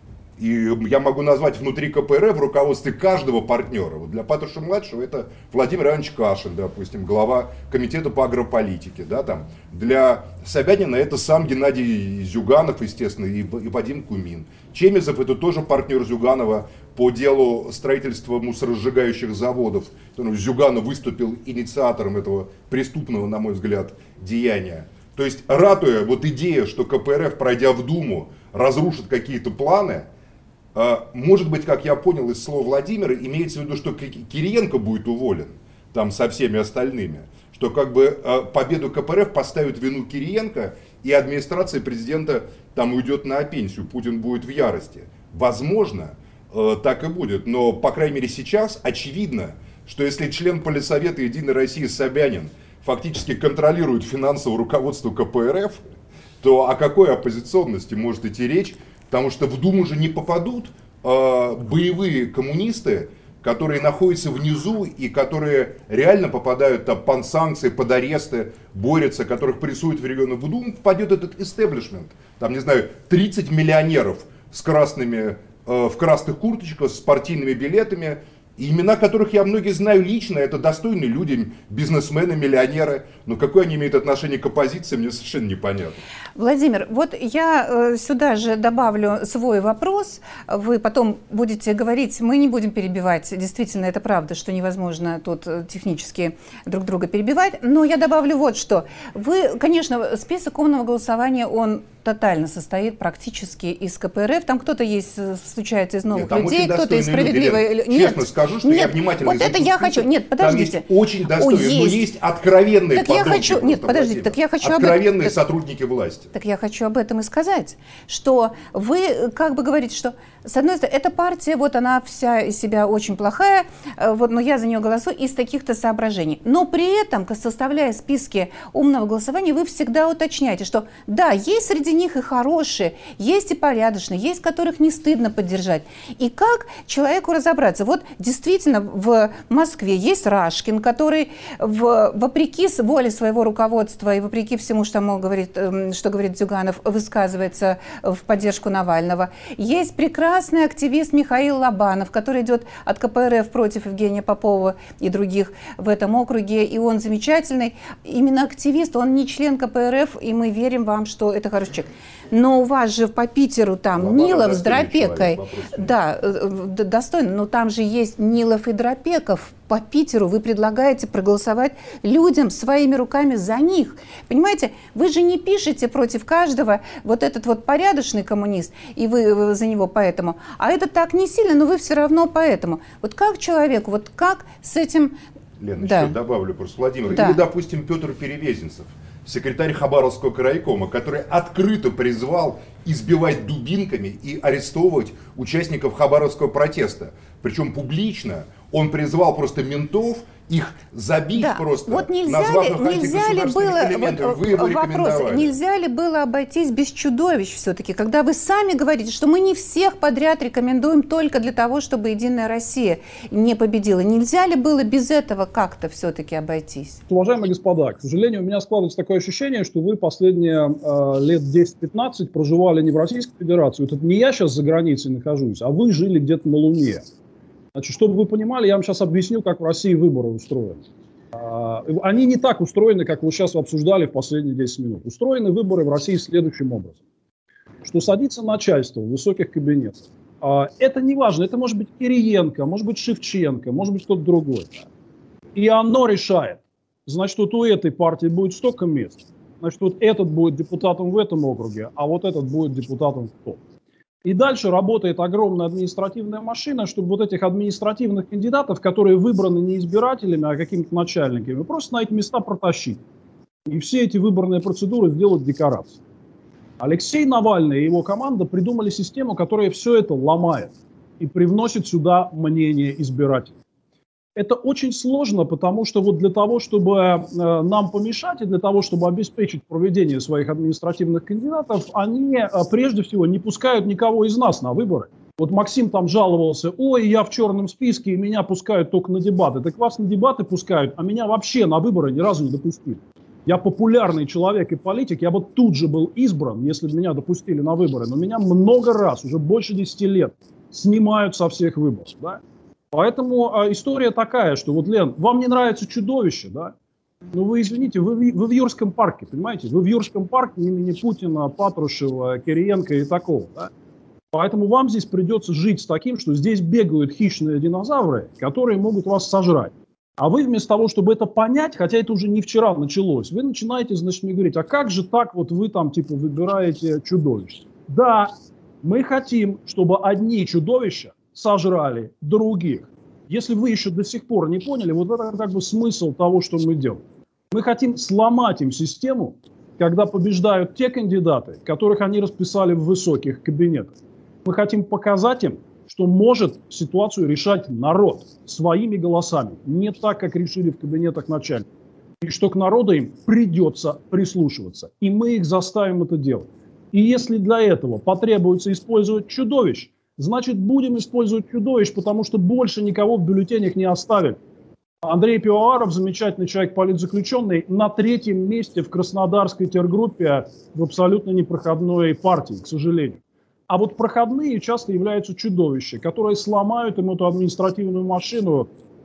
и я могу назвать внутри ка пэ эр эф в руководстве каждого партнера. Вот для Патрушева-младшего это Владимир Иванович Кашин, допустим, глава комитета по агрополитике. Да, там. Для Собянина это сам Геннадий Зюганов, естественно, и, и Вадим Кумин. Чемизов это тоже партнер Зюганова по делу строительства мусоросжигающих заводов. Зюганов выступил инициатором этого преступного, на мой взгляд, деяния. То есть, ратуя вот идея, что ка пэ эр эф, пройдя в Думу, разрушит какие-то планы, может быть, как я понял из слова Владимира, имеется в виду, что Кириенко будет уволен там со всеми остальными, что как бы победу ка пэ эр эф поставит вину Кириенко, и администрация президента там уйдет на пенсию, Путин будет в ярости. Возможно, так и будет, но, по крайней мере, сейчас очевидно, что если член Политсовета Единой России Собянин фактически контролирует финансовое руководство ка пэ эр эф, то о какой оппозиционности может идти речь? Потому что в Думу же не попадут э, боевые коммунисты, которые находятся внизу и которые реально попадают там, под санкции, под аресты, борются, которых прессуют в регионы. В Думу попадет этот истеблишмент. Там, не знаю, тридцать миллионеров с красными, э, в красных курточках, с партийными билетами. И имена которых я многие знаю лично, это достойные люди, бизнесмены, миллионеры. Но какое они имеют отношение к оппозиции, мне совершенно непонятно. Владимир, вот я сюда же добавлю свой вопрос. Вы потом будете говорить, мы не будем перебивать. Действительно, это правда, что невозможно тут технически друг друга перебивать. Но я добавлю вот что. Вы, конечно, список умного голосования, он тотально состоит практически из ка пэ эр эф. Там кто-то есть, случается, из новых Нет, людей, кто-то из справедливой... Люди. Нет, честно скажу, что нет, я внимательно вот это я хочу... Нет, подождите. Там есть очень достойные, О, но есть. есть откровенные Так я подонки. хочу... Нет, просто, подождите, Владимир. так я хочу... Откровенные об... сотрудники власти. Так я хочу об этом и сказать, что вы как бы говорите, что с одной стороны, эта партия, вот она вся из себя очень плохая, вот, но я за нее голосую из таких-то соображений. Но при этом, составляя списки умного голосования, вы всегда уточняете, что да, есть среди них и хорошие, есть и порядочные, есть которых не стыдно поддержать. И как человеку разобраться? Вот действительно в Москве есть Рашкин, который в, вопреки воле своего руководства и вопреки всему, что, ему говорит, что говорит Зюганов, высказывается в поддержку Навального. Есть прекрасный активист Михаил Лобанов, который идет от ка пэ эр эф против Евгения Попова и других в этом округе, и он замечательный. Именно активист, он не член ка пэ эр эф, и мы верим вам, что это хороший человек. Но у вас же по Питеру там Лобанов Нилов с Дропекой. Человек, да, достойно, но там же есть Нилов и Дропеков. По Питеру вы предлагаете проголосовать людям своими руками за них. Понимаете, вы же не пишете против каждого вот этот вот порядочный коммунист, и вы за него поэтому. А это так не сильно, но вы все равно поэтому. Вот как человеку, вот как с этим... Лена, да. еще добавлю просто, Владимир. Да. Или, допустим, Петр Перевезенцев, секретарь Хабаровского крайкома, который открыто призвал избивать дубинками и арестовывать участников Хабаровского протеста. Причем публично Он призвал просто ментов их забить да. просто, вот нельзя назвав ли, их нельзя ли было, элементами. вот, Вы его вопрос, рекомендовали. Нельзя ли было обойтись без чудовищ все-таки, когда вы сами говорите, что мы не всех подряд рекомендуем только для того, чтобы «Единая Россия» не победила. Нельзя ли было без этого как-то все-таки обойтись? Уважаемые господа, к сожалению, у меня складывается такое ощущение, что вы последние э, лет десять-пятнадцать проживали не в Российской Федерации. Вот это не я сейчас за границей нахожусь, а вы жили где-то на Луне. Значит, чтобы вы понимали, я вам сейчас объясню, как в России выборы устроены. Они не так устроены, как вы сейчас обсуждали в последние десять минут. Устроены выборы в России следующим образом. Что садится начальство в высоких кабинетах. Это не важно, это может быть Кириенко, может быть Шевченко, может быть кто-то другой. И оно решает. Значит, вот у этой партии будет столько мест. Значит, вот этот будет депутатом в этом округе, а вот этот будет депутатом в том. И дальше работает огромная административная машина, чтобы вот этих административных кандидатов, которые выбраны не избирателями, а какими-то начальниками, просто на эти места протащить. И все эти выборные процедуры сделать декорацией. Алексей Навальный и его команда придумали систему, которая все это ломает и привносит сюда мнение избирателей. Это очень сложно, потому что вот для того, чтобы э, нам помешать и для того, чтобы обеспечить проведение своих административных кандидатов, они э, прежде всего не пускают никого из нас на выборы. Вот Максим там жаловался: ой, я в черном списке, и меня пускают только на дебаты. Так вас на дебаты пускают, а меня вообще на выборы ни разу не допустили. Я популярный человек и политик, я бы тут же был избран, если бы меня допустили на выборы. Но меня много раз, уже больше десяти лет, снимают со всех выборов. Да? Поэтому а, история такая, что вот, Лен, вам не нравится чудовище, да? Ну вы извините, вы, вы в Юрском парке, понимаете? Вы в Юрском парке имени Путина, Патрушева, Кириенко и такого, да? Поэтому вам здесь придется жить с таким, что здесь бегают хищные динозавры, которые могут вас сожрать. А вы вместо того, чтобы это понять, хотя это уже не вчера началось, вы начинаете, значит, мне говорить: а как же так вот вы там типа выбираете чудовище? Да, мы хотим, чтобы одни чудовища сожрали других. Если вы еще до сих пор не поняли, вот это как бы смысл того, что мы делаем. Мы хотим сломать им систему, когда побеждают те кандидаты, которых они расписали в высоких кабинетах. Мы хотим показать им, что может ситуацию решать народ своими голосами, не так, как решили в кабинетах начальников. И что к народу им придется прислушиваться. И мы их заставим это делать. И если для этого потребуется использовать чудовищ, значит, будем использовать чудовищ, потому что больше никого в бюллетенях не оставили. Андрей Пивоваров, замечательный человек, политзаключенный, на третьем месте в краснодарской тергруппе в абсолютно непроходной партии, к сожалению. А вот проходные часто являются чудовища, которые сломают им эту административную машину.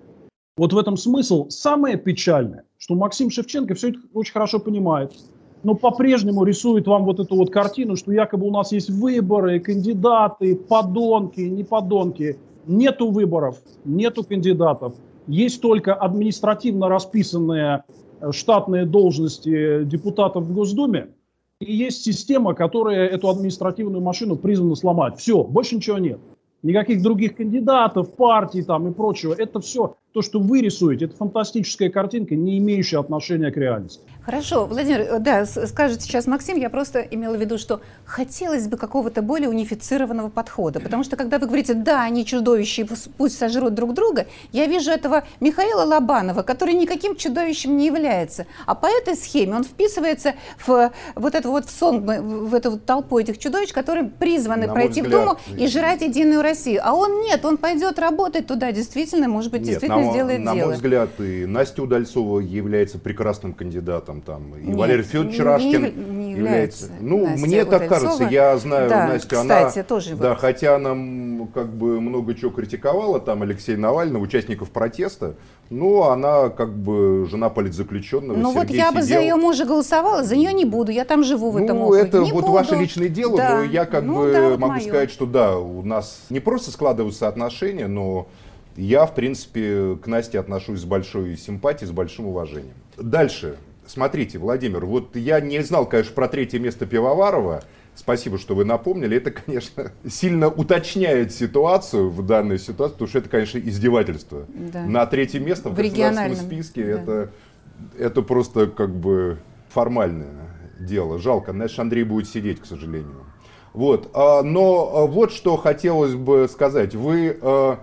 Вот в этом смысл. Самое печальное, что Максим Шевченко все это очень хорошо понимает, но по-прежнему рисует вам вот эту вот картину, что якобы у нас есть выборы, кандидаты, подонки, не подонки. Нету выборов, нету кандидатов. Есть только административно расписанные штатные должности депутатов в Госдуме. И есть система, которая эту административную машину призвана сломать. Все, больше ничего нет. Никаких других кандидатов, партий там и прочего. Это все то, что вы рисуете. Это фантастическая картинка, не имеющая отношения к реальности. Хорошо, Владимир, да, скажет сейчас Максим, я просто имела в виду, что хотелось бы какого-то более унифицированного подхода, потому что когда вы говорите: да, они чудовища, пусть сожрут друг друга, я вижу этого Михаила Лобанова, который никаким чудовищем не является, а по этой схеме он вписывается в вот эту вот в сон, в эту вот толпу этих чудовищ, которые призваны пройти в Думу и жрать Единую Россию, а он нет, он пойдет работать туда, действительно, может быть, нет, действительно на, сделает на дело. На мой взгляд, и Настя Удальцова является прекрасным кандидатом. Там, и Нет, Валерий Федорович Рашкин не, не является. Ну, Настя мне так Удальцова. кажется, я знаю да, Настю, кстати, она, тоже да, вот. хотя она как бы много чего критиковала, там Алексея Навального, участников протеста, но она как бы жена политзаключенного. Ну вот я сидел. бы за ее мужа голосовала, за нее не буду, я там живу в этом ну, округе. это не вот буду. ваше личное дело, да. Но я как ну, бы да, вот могу мое. сказать, что да, у нас не просто складываются отношения, но я, в принципе, к Насте отношусь с большой симпатией, с большим уважением. Дальше. Смотрите, Владимир, вот я не знал, конечно, про третье место Пивоварова. Спасибо, что вы напомнили. Это, конечно, сильно уточняет ситуацию в данной ситуации, потому что это, конечно, издевательство. Да. На третье место в, в государственном списке да. это, это просто как бы формальное дело. Жалко, значит, Андрей будет сидеть, к сожалению. Вот. Но вот что хотелось бы сказать. Вы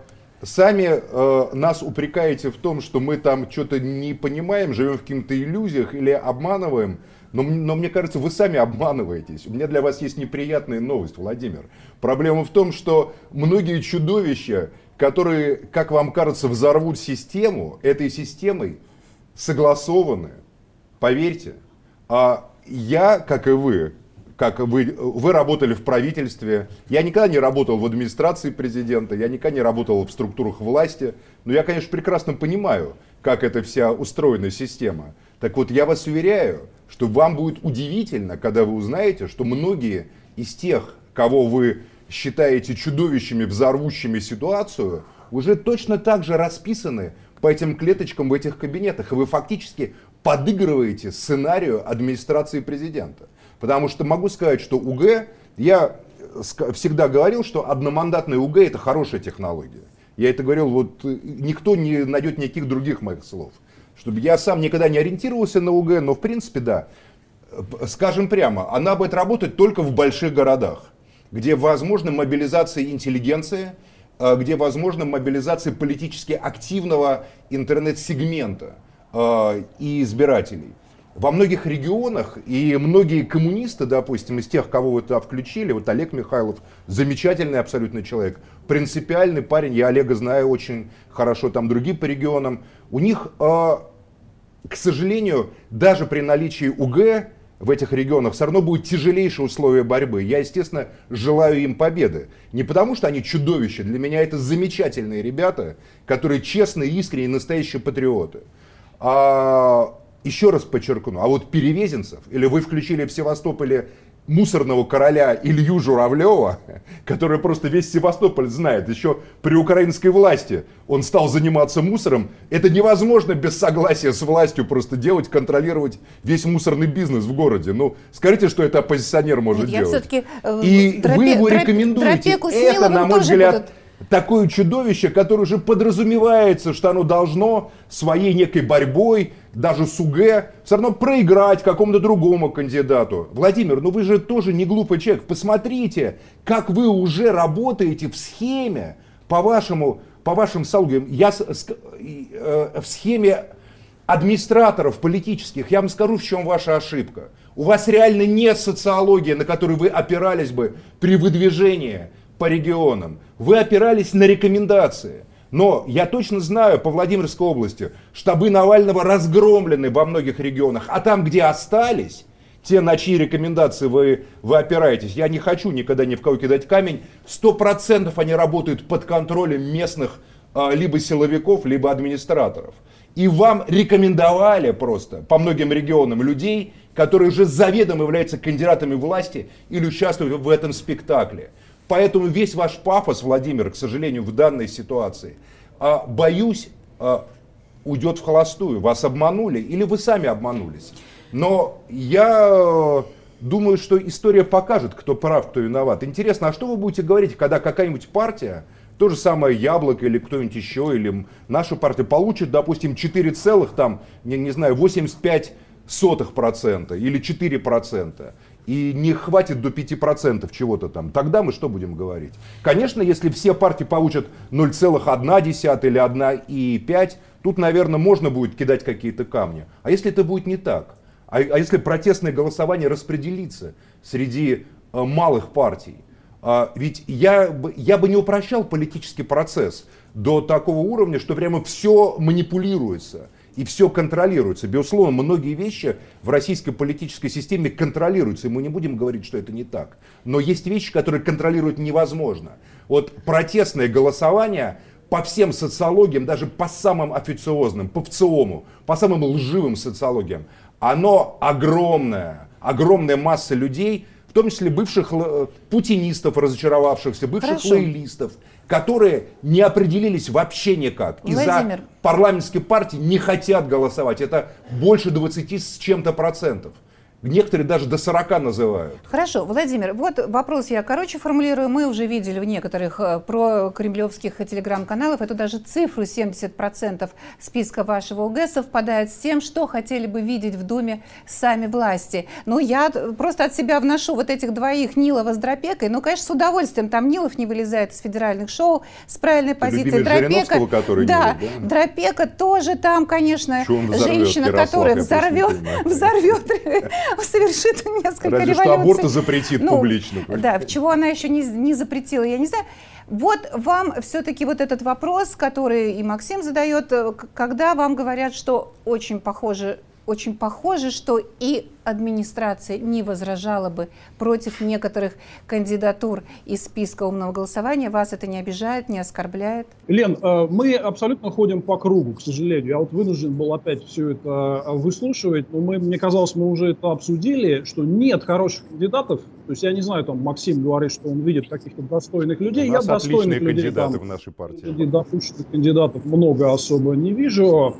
сами э, нас упрекаете в том, что мы там что-то не понимаем, живем в каких-то иллюзиях или обманываем. Но, но мне кажется, вы сами обманываетесь. У меня для вас есть неприятная новость, Владимир. Проблема в том, что многие чудовища, которые, как вам кажется, взорвут систему, этой системой согласованы. Поверьте. А я, как и вы, как вы, вы работали в правительстве, я никогда не работал в администрации президента, я никогда не работал в структурах власти, но я, конечно, прекрасно понимаю, как эта вся устроена система. Так вот, я вас уверяю, что вам будет удивительно, когда вы узнаете, что многие из тех, кого вы считаете чудовищами, взорвущими ситуацию, уже точно так же расписаны по этим клеточкам в этих кабинетах. И вы фактически подыгрываете сценарию администрации президента. Потому что могу сказать, что УГ, я всегда говорил, что одномандатная УГ это хорошая технология. Я это говорил, вот никто не найдет никаких других моих слов. Чтобы я сам никогда не ориентировался на УГ, но в принципе да, скажем прямо, она будет работать только в больших городах, где возможна мобилизация интеллигенции, где возможна мобилизация политически активного интернет-сегмента и избирателей. Во многих регионах и многие коммунисты, допустим, из тех, кого вы туда включили, вот Олег Михайлов, замечательный абсолютно человек, принципиальный парень, я Олега знаю очень хорошо, там другие по регионам, у них, к сожалению, даже при наличии УГ в этих регионах все равно будут тяжелейшие условия борьбы. Я, естественно, желаю им победы. Не потому, что они чудовища, для меня это замечательные ребята, которые честные, искренние, настоящие патриоты. А, еще раз подчеркну, а вот перевезенцев, или вы включили в Севастополе мусорного короля Илью Журавлева, который просто весь Севастополь знает, еще при украинской власти он стал заниматься мусором. Это невозможно без согласия с властью просто делать, контролировать весь мусорный бизнес в городе. Ну, скажите, что это оппозиционер может Нет, делать. Я э, И дропе, вы его дроп, рекомендуете. Это, на мой взгляд, будут... такое чудовище, которое уже подразумевается, что оно должно своей некой борьбой, даже с УГ, все равно проиграть какому-то другому кандидату. Владимир, ну вы же тоже не глупый человек. Посмотрите, как вы уже работаете в схеме, по вашему, по вашим социологиям, я, э, в схеме администраторов политических. Я вам скажу, в чем ваша ошибка. У вас реально нет социологии, на которую вы опирались бы при выдвижении по регионам. Вы опирались на рекомендации. Но я точно знаю по Владимирской области, штабы Навального разгромлены во многих регионах. А там, где остались, те, на чьи рекомендации вы, вы опираетесь, я не хочу никогда ни в кого кидать камень, сто процентов они работают под контролем местных а, либо силовиков, либо администраторов. И вам рекомендовали просто по многим регионам людей, которые уже заведомо являются кандидатами власти или участвуют в этом спектакле. Поэтому весь ваш пафос, Владимир, к сожалению, в данной ситуации, боюсь, уйдет в холостую. Вас обманули или вы сами обманулись. Но я думаю, что история покажет, кто прав, кто виноват. Интересно, а что вы будете говорить, когда какая-нибудь партия, то же самое Яблоко или кто-нибудь еще, или наша партия получит, допустим, четыре целых, там, не, не знаю, восемьдесят пять сотых процента или четыре процента. И не хватит до пяти процентов чего-то там, тогда мы что будем говорить? Конечно, если все партии получат ноль целых одна десятая или одна целых пять десятых, тут, наверное, можно будет кидать какие-то камни. А если это будет не так? А, а если протестное голосование распределится среди а, малых партий? А, ведь я, я бы не упрощал политический процесс до такого уровня, что прямо все манипулируется. И все контролируется. Безусловно, многие вещи в российской политической системе контролируются, и мы не будем говорить, что это не так. Но есть вещи, которые контролировать невозможно. Вот протестное голосование по всем социологиям, даже по самым официозным, по ВЦИОМу, по самым лживым социологиям, оно огромное, огромная масса людей, в том числе бывших путинистов, разочаровавшихся, бывших Хорошо. лоялистов, которые не определились вообще никак. Из-за парламентской партии не хотят голосовать. Это больше двадцати с чем-то процентов. Некоторые даже до сорока называют. Хорошо, Владимир, вот вопрос я короче формулирую. Мы уже видели в некоторых про кремлевских телеграм-каналов эту даже цифру семьдесят процентов списка вашего ОГЭ совпадает с тем, что хотели бы видеть в Думе сами власти. Ну, я просто от себя вношу вот этих двоих, Нилова с Дропекой. Ну, конечно, с удовольствием. Там Нилов не вылезает из федеральных шоу с правильной позицией. Дропека, который да, Нилов, да, Дропека тоже там, конечно, женщина, которая взорвет, взорвет, совершит несколько Разве революций. что аборты запретит ну, публично. Да, чего она еще не, не запретила, я не знаю. Вот вам все-таки вот этот вопрос, который и Максим задает, когда вам говорят, что очень похоже, очень похоже, что и администрация не возражала бы против некоторых кандидатур из списка умного голосования. Вас это не обижает, не оскорбляет? Лен, мы абсолютно ходим по кругу, к сожалению. Я вот вынужден был опять все это выслушивать, но мы, мне казалось, мы уже это обсудили, что нет хороших кандидатов. То есть я не знаю, там Максим говорит, что он видит каких-то достойных людей. У нас я достойных людей, кандидаты там, в нашей партии. Допущенных кандидатов много особо не вижу.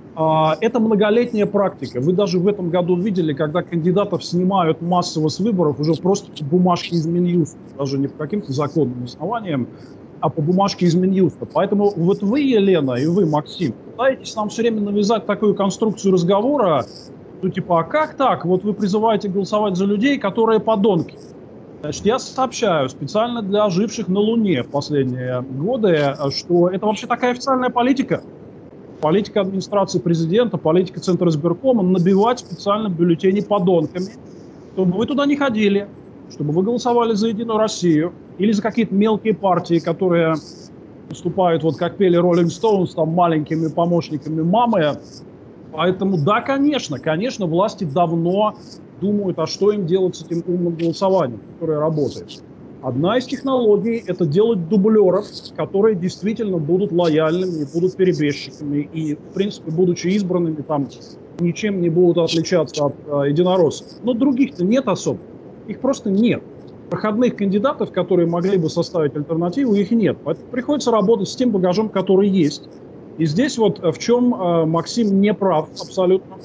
Это многолетняя практика. Вы даже в этом году видели, когда кандидатов снимают массово с выборов уже просто по бумажке из Минюста, даже не по каким-то законным основаниям, а по бумажке из Минюста. Поэтому вот вы, Елена, и вы, Максим, пытаетесь нам все время навязать такую конструкцию разговора, ну типа, а как так? Вот вы призываете голосовать за людей, которые подонки. Значит, я сообщаю специально для живших на Луне в последние годы, что это вообще такая официальная политика. Политика администрации президента, политика Центра избиркома набивать специально бюллетени подонками, чтобы вы туда не ходили, чтобы вы голосовали за Единую Россию или за какие-то мелкие партии, которые выступают, вот как пели Rolling Stones, там маленькими помощниками мамы. Поэтому да, конечно, конечно, власти давно думают, а что им делать с этим умным голосованием, которое работает. Одна из технологий – это делать дублеров, которые действительно будут лояльными, не будут перебежчиками и, в принципе, будучи избранными, там, ничем не будут отличаться от э, единороссов. Но других-то нет особо. Их просто нет. Проходных кандидатов, которые могли бы составить альтернативу, их нет. Поэтому приходится работать с тем багажом, который есть. И здесь вот в чем э, Максим не прав абсолютно.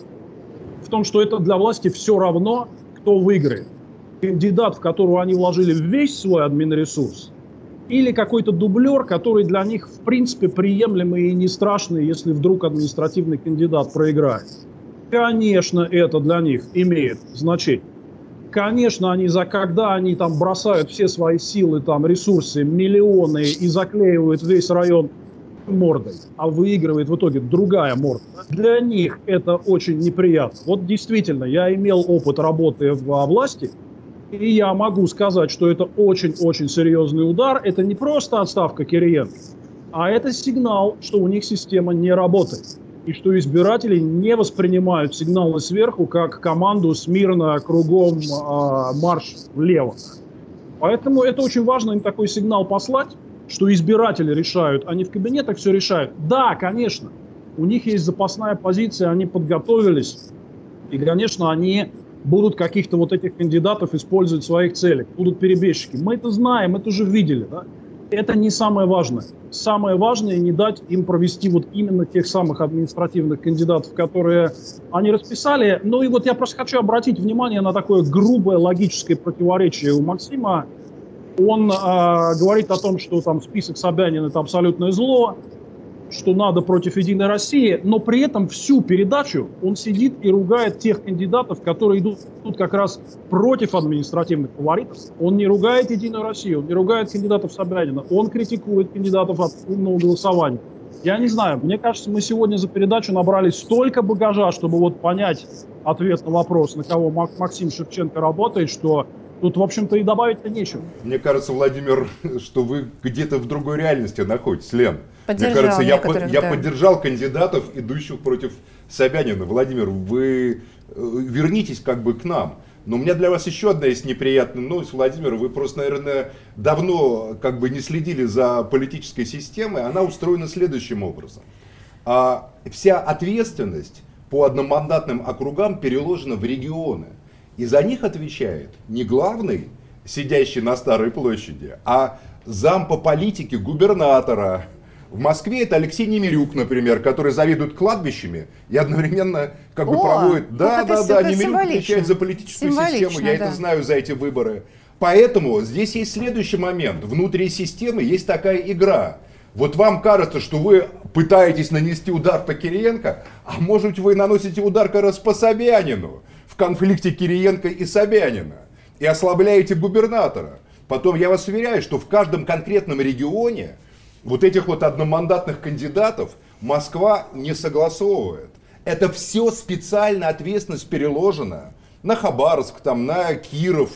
В том, что это для власти все равно, кто выиграет. Кандидат, в которого они вложили весь свой админресурс, или какой-то дублер, который для них в принципе приемлемый и не страшный, если вдруг административный кандидат проиграет. Конечно, это для них имеет значение. Конечно, они за когда они там бросают все свои силы, там ресурсы, миллионы и заклеивают весь район мордой, а выигрывает в итоге другая морда. Для них это очень неприятно. Вот действительно, я имел опыт работы во власти, и я могу сказать, что это очень-очень серьезный удар. Это не просто отставка Кириенко, а это сигнал, что у них система не работает. И что избиратели не воспринимают сигналы сверху как команду смирно, кругом, э, марш влево. Поэтому это очень важно им такой сигнал послать, что избиратели решают, они в кабинетах все решают. Да, конечно, у них есть запасная позиция, они подготовились. И, конечно, они будут каких-то вот этих кандидатов использовать в своих целях, будут перебежчики. Мы это знаем, это уже видели. Да? Это не самое важное. Самое важное не дать им провести вот именно тех самых административных кандидатов, которые они расписали. Ну и вот я просто хочу обратить внимание на такое грубое логическое противоречие у Максима. Он э, говорит о том, что там список Собянина – это абсолютное зло, что надо против Единой России, но при этом всю передачу он сидит и ругает тех кандидатов, которые идут тут как раз против административных фаворитов. Он не ругает Единую Россию, он не ругает кандидатов Собянина, он критикует кандидатов от умного голосования. Я не знаю, мне кажется, мы сегодня за передачу набрали столько багажа, чтобы вот понять ответ на вопрос, на кого Максим Шевченко работает, что тут, в общем-то, и добавить-то нечего. Мне кажется, Владимир, что вы где-то в другой реальности находитесь, Лен. Поддержал Мне кажется, я, по, я да. поддержал кандидатов, идущих против Собянина. Владимир, вы вернитесь как бы к нам. Но у меня для вас еще одна есть неприятная новость, Владимир. Вы просто, наверное, давно как бы не следили за политической системой. Она устроена следующим образом. А вся ответственность по одномандатным округам переложена в регионы. И за них отвечает не главный, сидящий на Старой площади, а зам по политике губернатора, В Москве это Алексей Немирюк, например, который заведует кладбищами и одновременно как бы О, проводит... Да, вот это да, да, символично. Немирюк отвечает за политическую Символично, систему, я да. это знаю за эти выборы. Поэтому здесь есть следующий момент. Внутри системы есть такая игра. Вот вам кажется, что вы пытаетесь нанести удар по Кириенко, а может вы наносите удар как раз по Собянину в конфликте Кириенко и Собянина и ослабляете губернатора. Потом я вас уверяю, что в каждом конкретном регионе вот этих вот одномандатных кандидатов Москва не согласовывает. Это все специально ответственность переложена на Хабаровск, там, на Киров,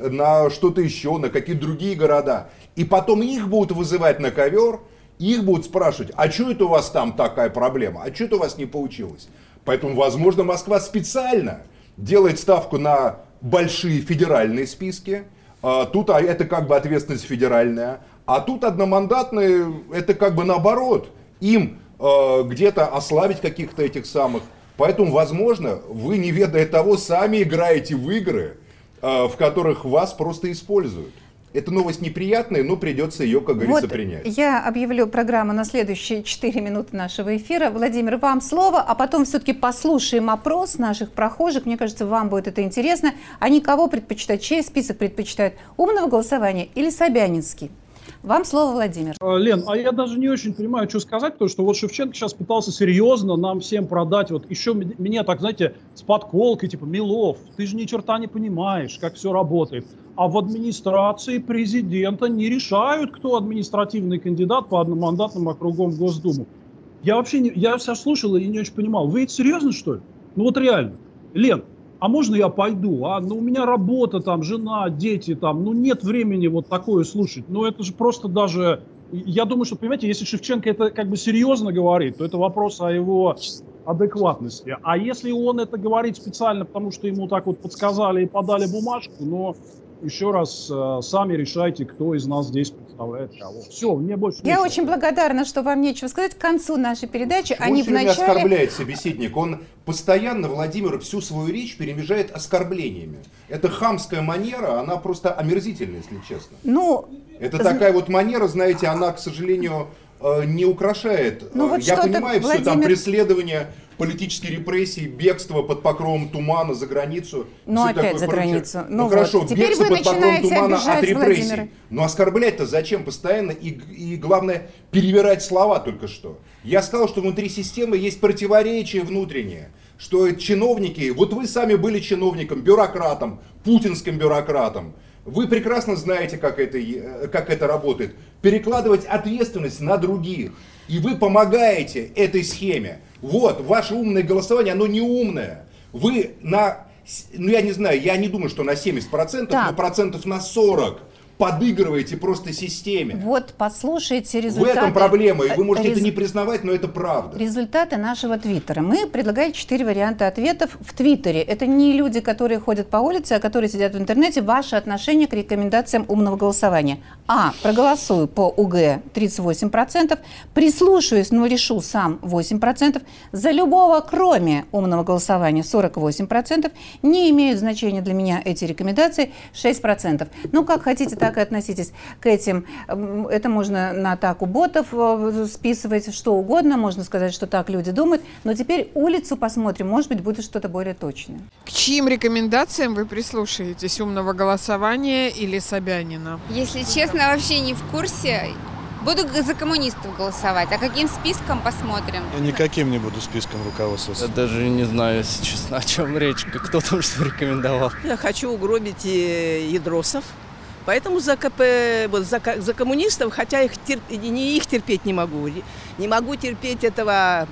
на что-то еще, на какие-то другие города. И потом их будут вызывать на ковер, их будут спрашивать, а что это у вас там такая проблема, а что это у вас не получилось. Поэтому, возможно, Москва специально делает ставку на большие федеральные списки. Тут это как бы ответственность федеральная. А тут одномандатные, это как бы наоборот, им э, где-то ослабить каких-то этих самых. Поэтому, возможно, вы, не ведая того, сами играете в игры, э, в которых вас просто используют. Эта новость неприятная, но придется ее, как говорится, вот принять. Я объявлю программу на следующие четыре минуты нашего эфира. Владимир, вам слово, а потом все-таки послушаем опрос наших прохожих. Мне кажется, вам будет это интересно. Они кого предпочитают, чей список предпочитают? Умного голосования или собянинский? Вам слово, Владимир. Лен, а я даже не очень понимаю, что сказать, потому что вот Шевченко сейчас пытался серьезно нам всем продать, вот еще меня так, знаете, с подколкой, типа, Милов, ты же ни черта не понимаешь, как все работает. А в администрации президента не решают, кто административный кандидат по одномандатным округам в Госдуму. Я вообще, не, я все слушал и не очень понимал. Вы это серьезно, что ли? Ну вот реально. Лен, а можно я пойду? А? Ну у меня работа, там, жена, дети, там, ну нет времени вот такое слушать. Ну это же просто даже... Я думаю, что, понимаете, если Шевченко это как бы серьезно говорит, то это вопрос о его адекватности. А если он это говорит специально, потому что ему так вот подсказали и подали бумажку, но... Еще раз, э, сами решайте, кто из нас здесь представляет кого. Все, мне больше Я нечего. очень благодарна, что вам нечего сказать. К концу нашей передачи Почему они все время вначале... оскорбляет собеседник? Он постоянно, Владимир, всю свою речь перемежает оскорблениями. Это хамская манера, она просто омерзительная, если честно. Ну, Это такая вот манера, знаете, она, к сожалению, не украшает. Ну, вот Я понимаю, Владимир... все там преследование, политические репрессии, бегство под покровом тумана за границу. Ну, опять за прочее. границу. Ну, Ну, вот. хорошо, Теперь бегство вы под покровом начинаете тумана обижать от репрессий. Владимира. Но оскорблять-то зачем постоянно? И, и главное, перевирать слова только что. Я сказал, что внутри системы есть противоречие внутреннее. Что чиновники, вот вы сами были чиновником, бюрократом, путинским бюрократом. Вы прекрасно знаете, как это, как это работает. Перекладывать ответственность на других. И вы помогаете этой схеме. Вот, ваше умное голосование, оно не умное. Вы на, ну я не знаю, я не думаю, что на семьдесят процентов, так. но процентов на сорок подыгрываете просто системе. Вот послушайте результаты. В этом проблема, и вы можете Рез... это не признавать, но это правда. Результаты нашего Твиттера. Мы предлагаем четыре варианта ответов в Твиттере. Это не люди, которые ходят по улице, а которые сидят в интернете. Ваше отношение к рекомендациям умного голосования. А. Проголосую по УГ тридцать восемь процентов. Прислушаюсь, но решу сам восемь процентов. За любого, кроме умного голосования, сорок восемь процентов. Не имеют значения для меня эти рекомендации, шесть процентов. Ну, как хотите, так и относитесь к этим. Это можно на атаку ботов списывать, что угодно. Можно сказать, что так люди думают. Но теперь улицу посмотрим. Может быть, будет что-то более точное. К чьим рекомендациям вы прислушаетесь? Умного голосования или Собянина? Если честно, вообще не в курсе. Буду за коммунистов голосовать. А каким списком посмотрим? Я никаким не буду списком руководствоваться. Я даже не знаю, если честно, о чем речь. Кто там что рекомендовал. Я хочу угробить ядросов. Поэтому за КП, вот за, за коммунистов, хотя их терп, не их терпеть не могу. Не могу терпеть этого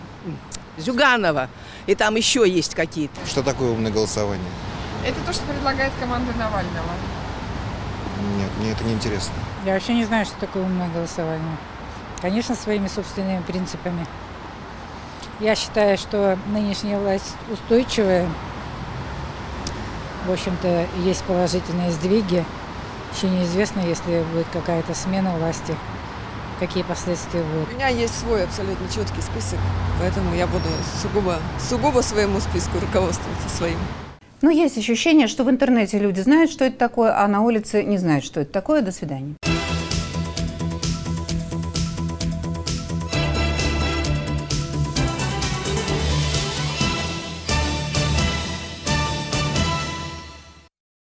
Зюганова. И там еще есть какие-то. Что такое умное голосование? Это то, что предлагает команда Навального. Нет, мне это не интересно. Я вообще не знаю, что такое умное голосование. Конечно, своими собственными принципами. Я считаю, что нынешняя власть устойчивая. В общем-то, есть положительные сдвиги. Еще неизвестно, если будет какая-то смена власти, какие последствия будут. У меня есть свой абсолютно четкий список, поэтому я буду сугубо, сугубо своему списку руководствоваться своим. Но есть ощущение, что в интернете люди знают, что это такое, а на улице не знают, что это такое. До свидания.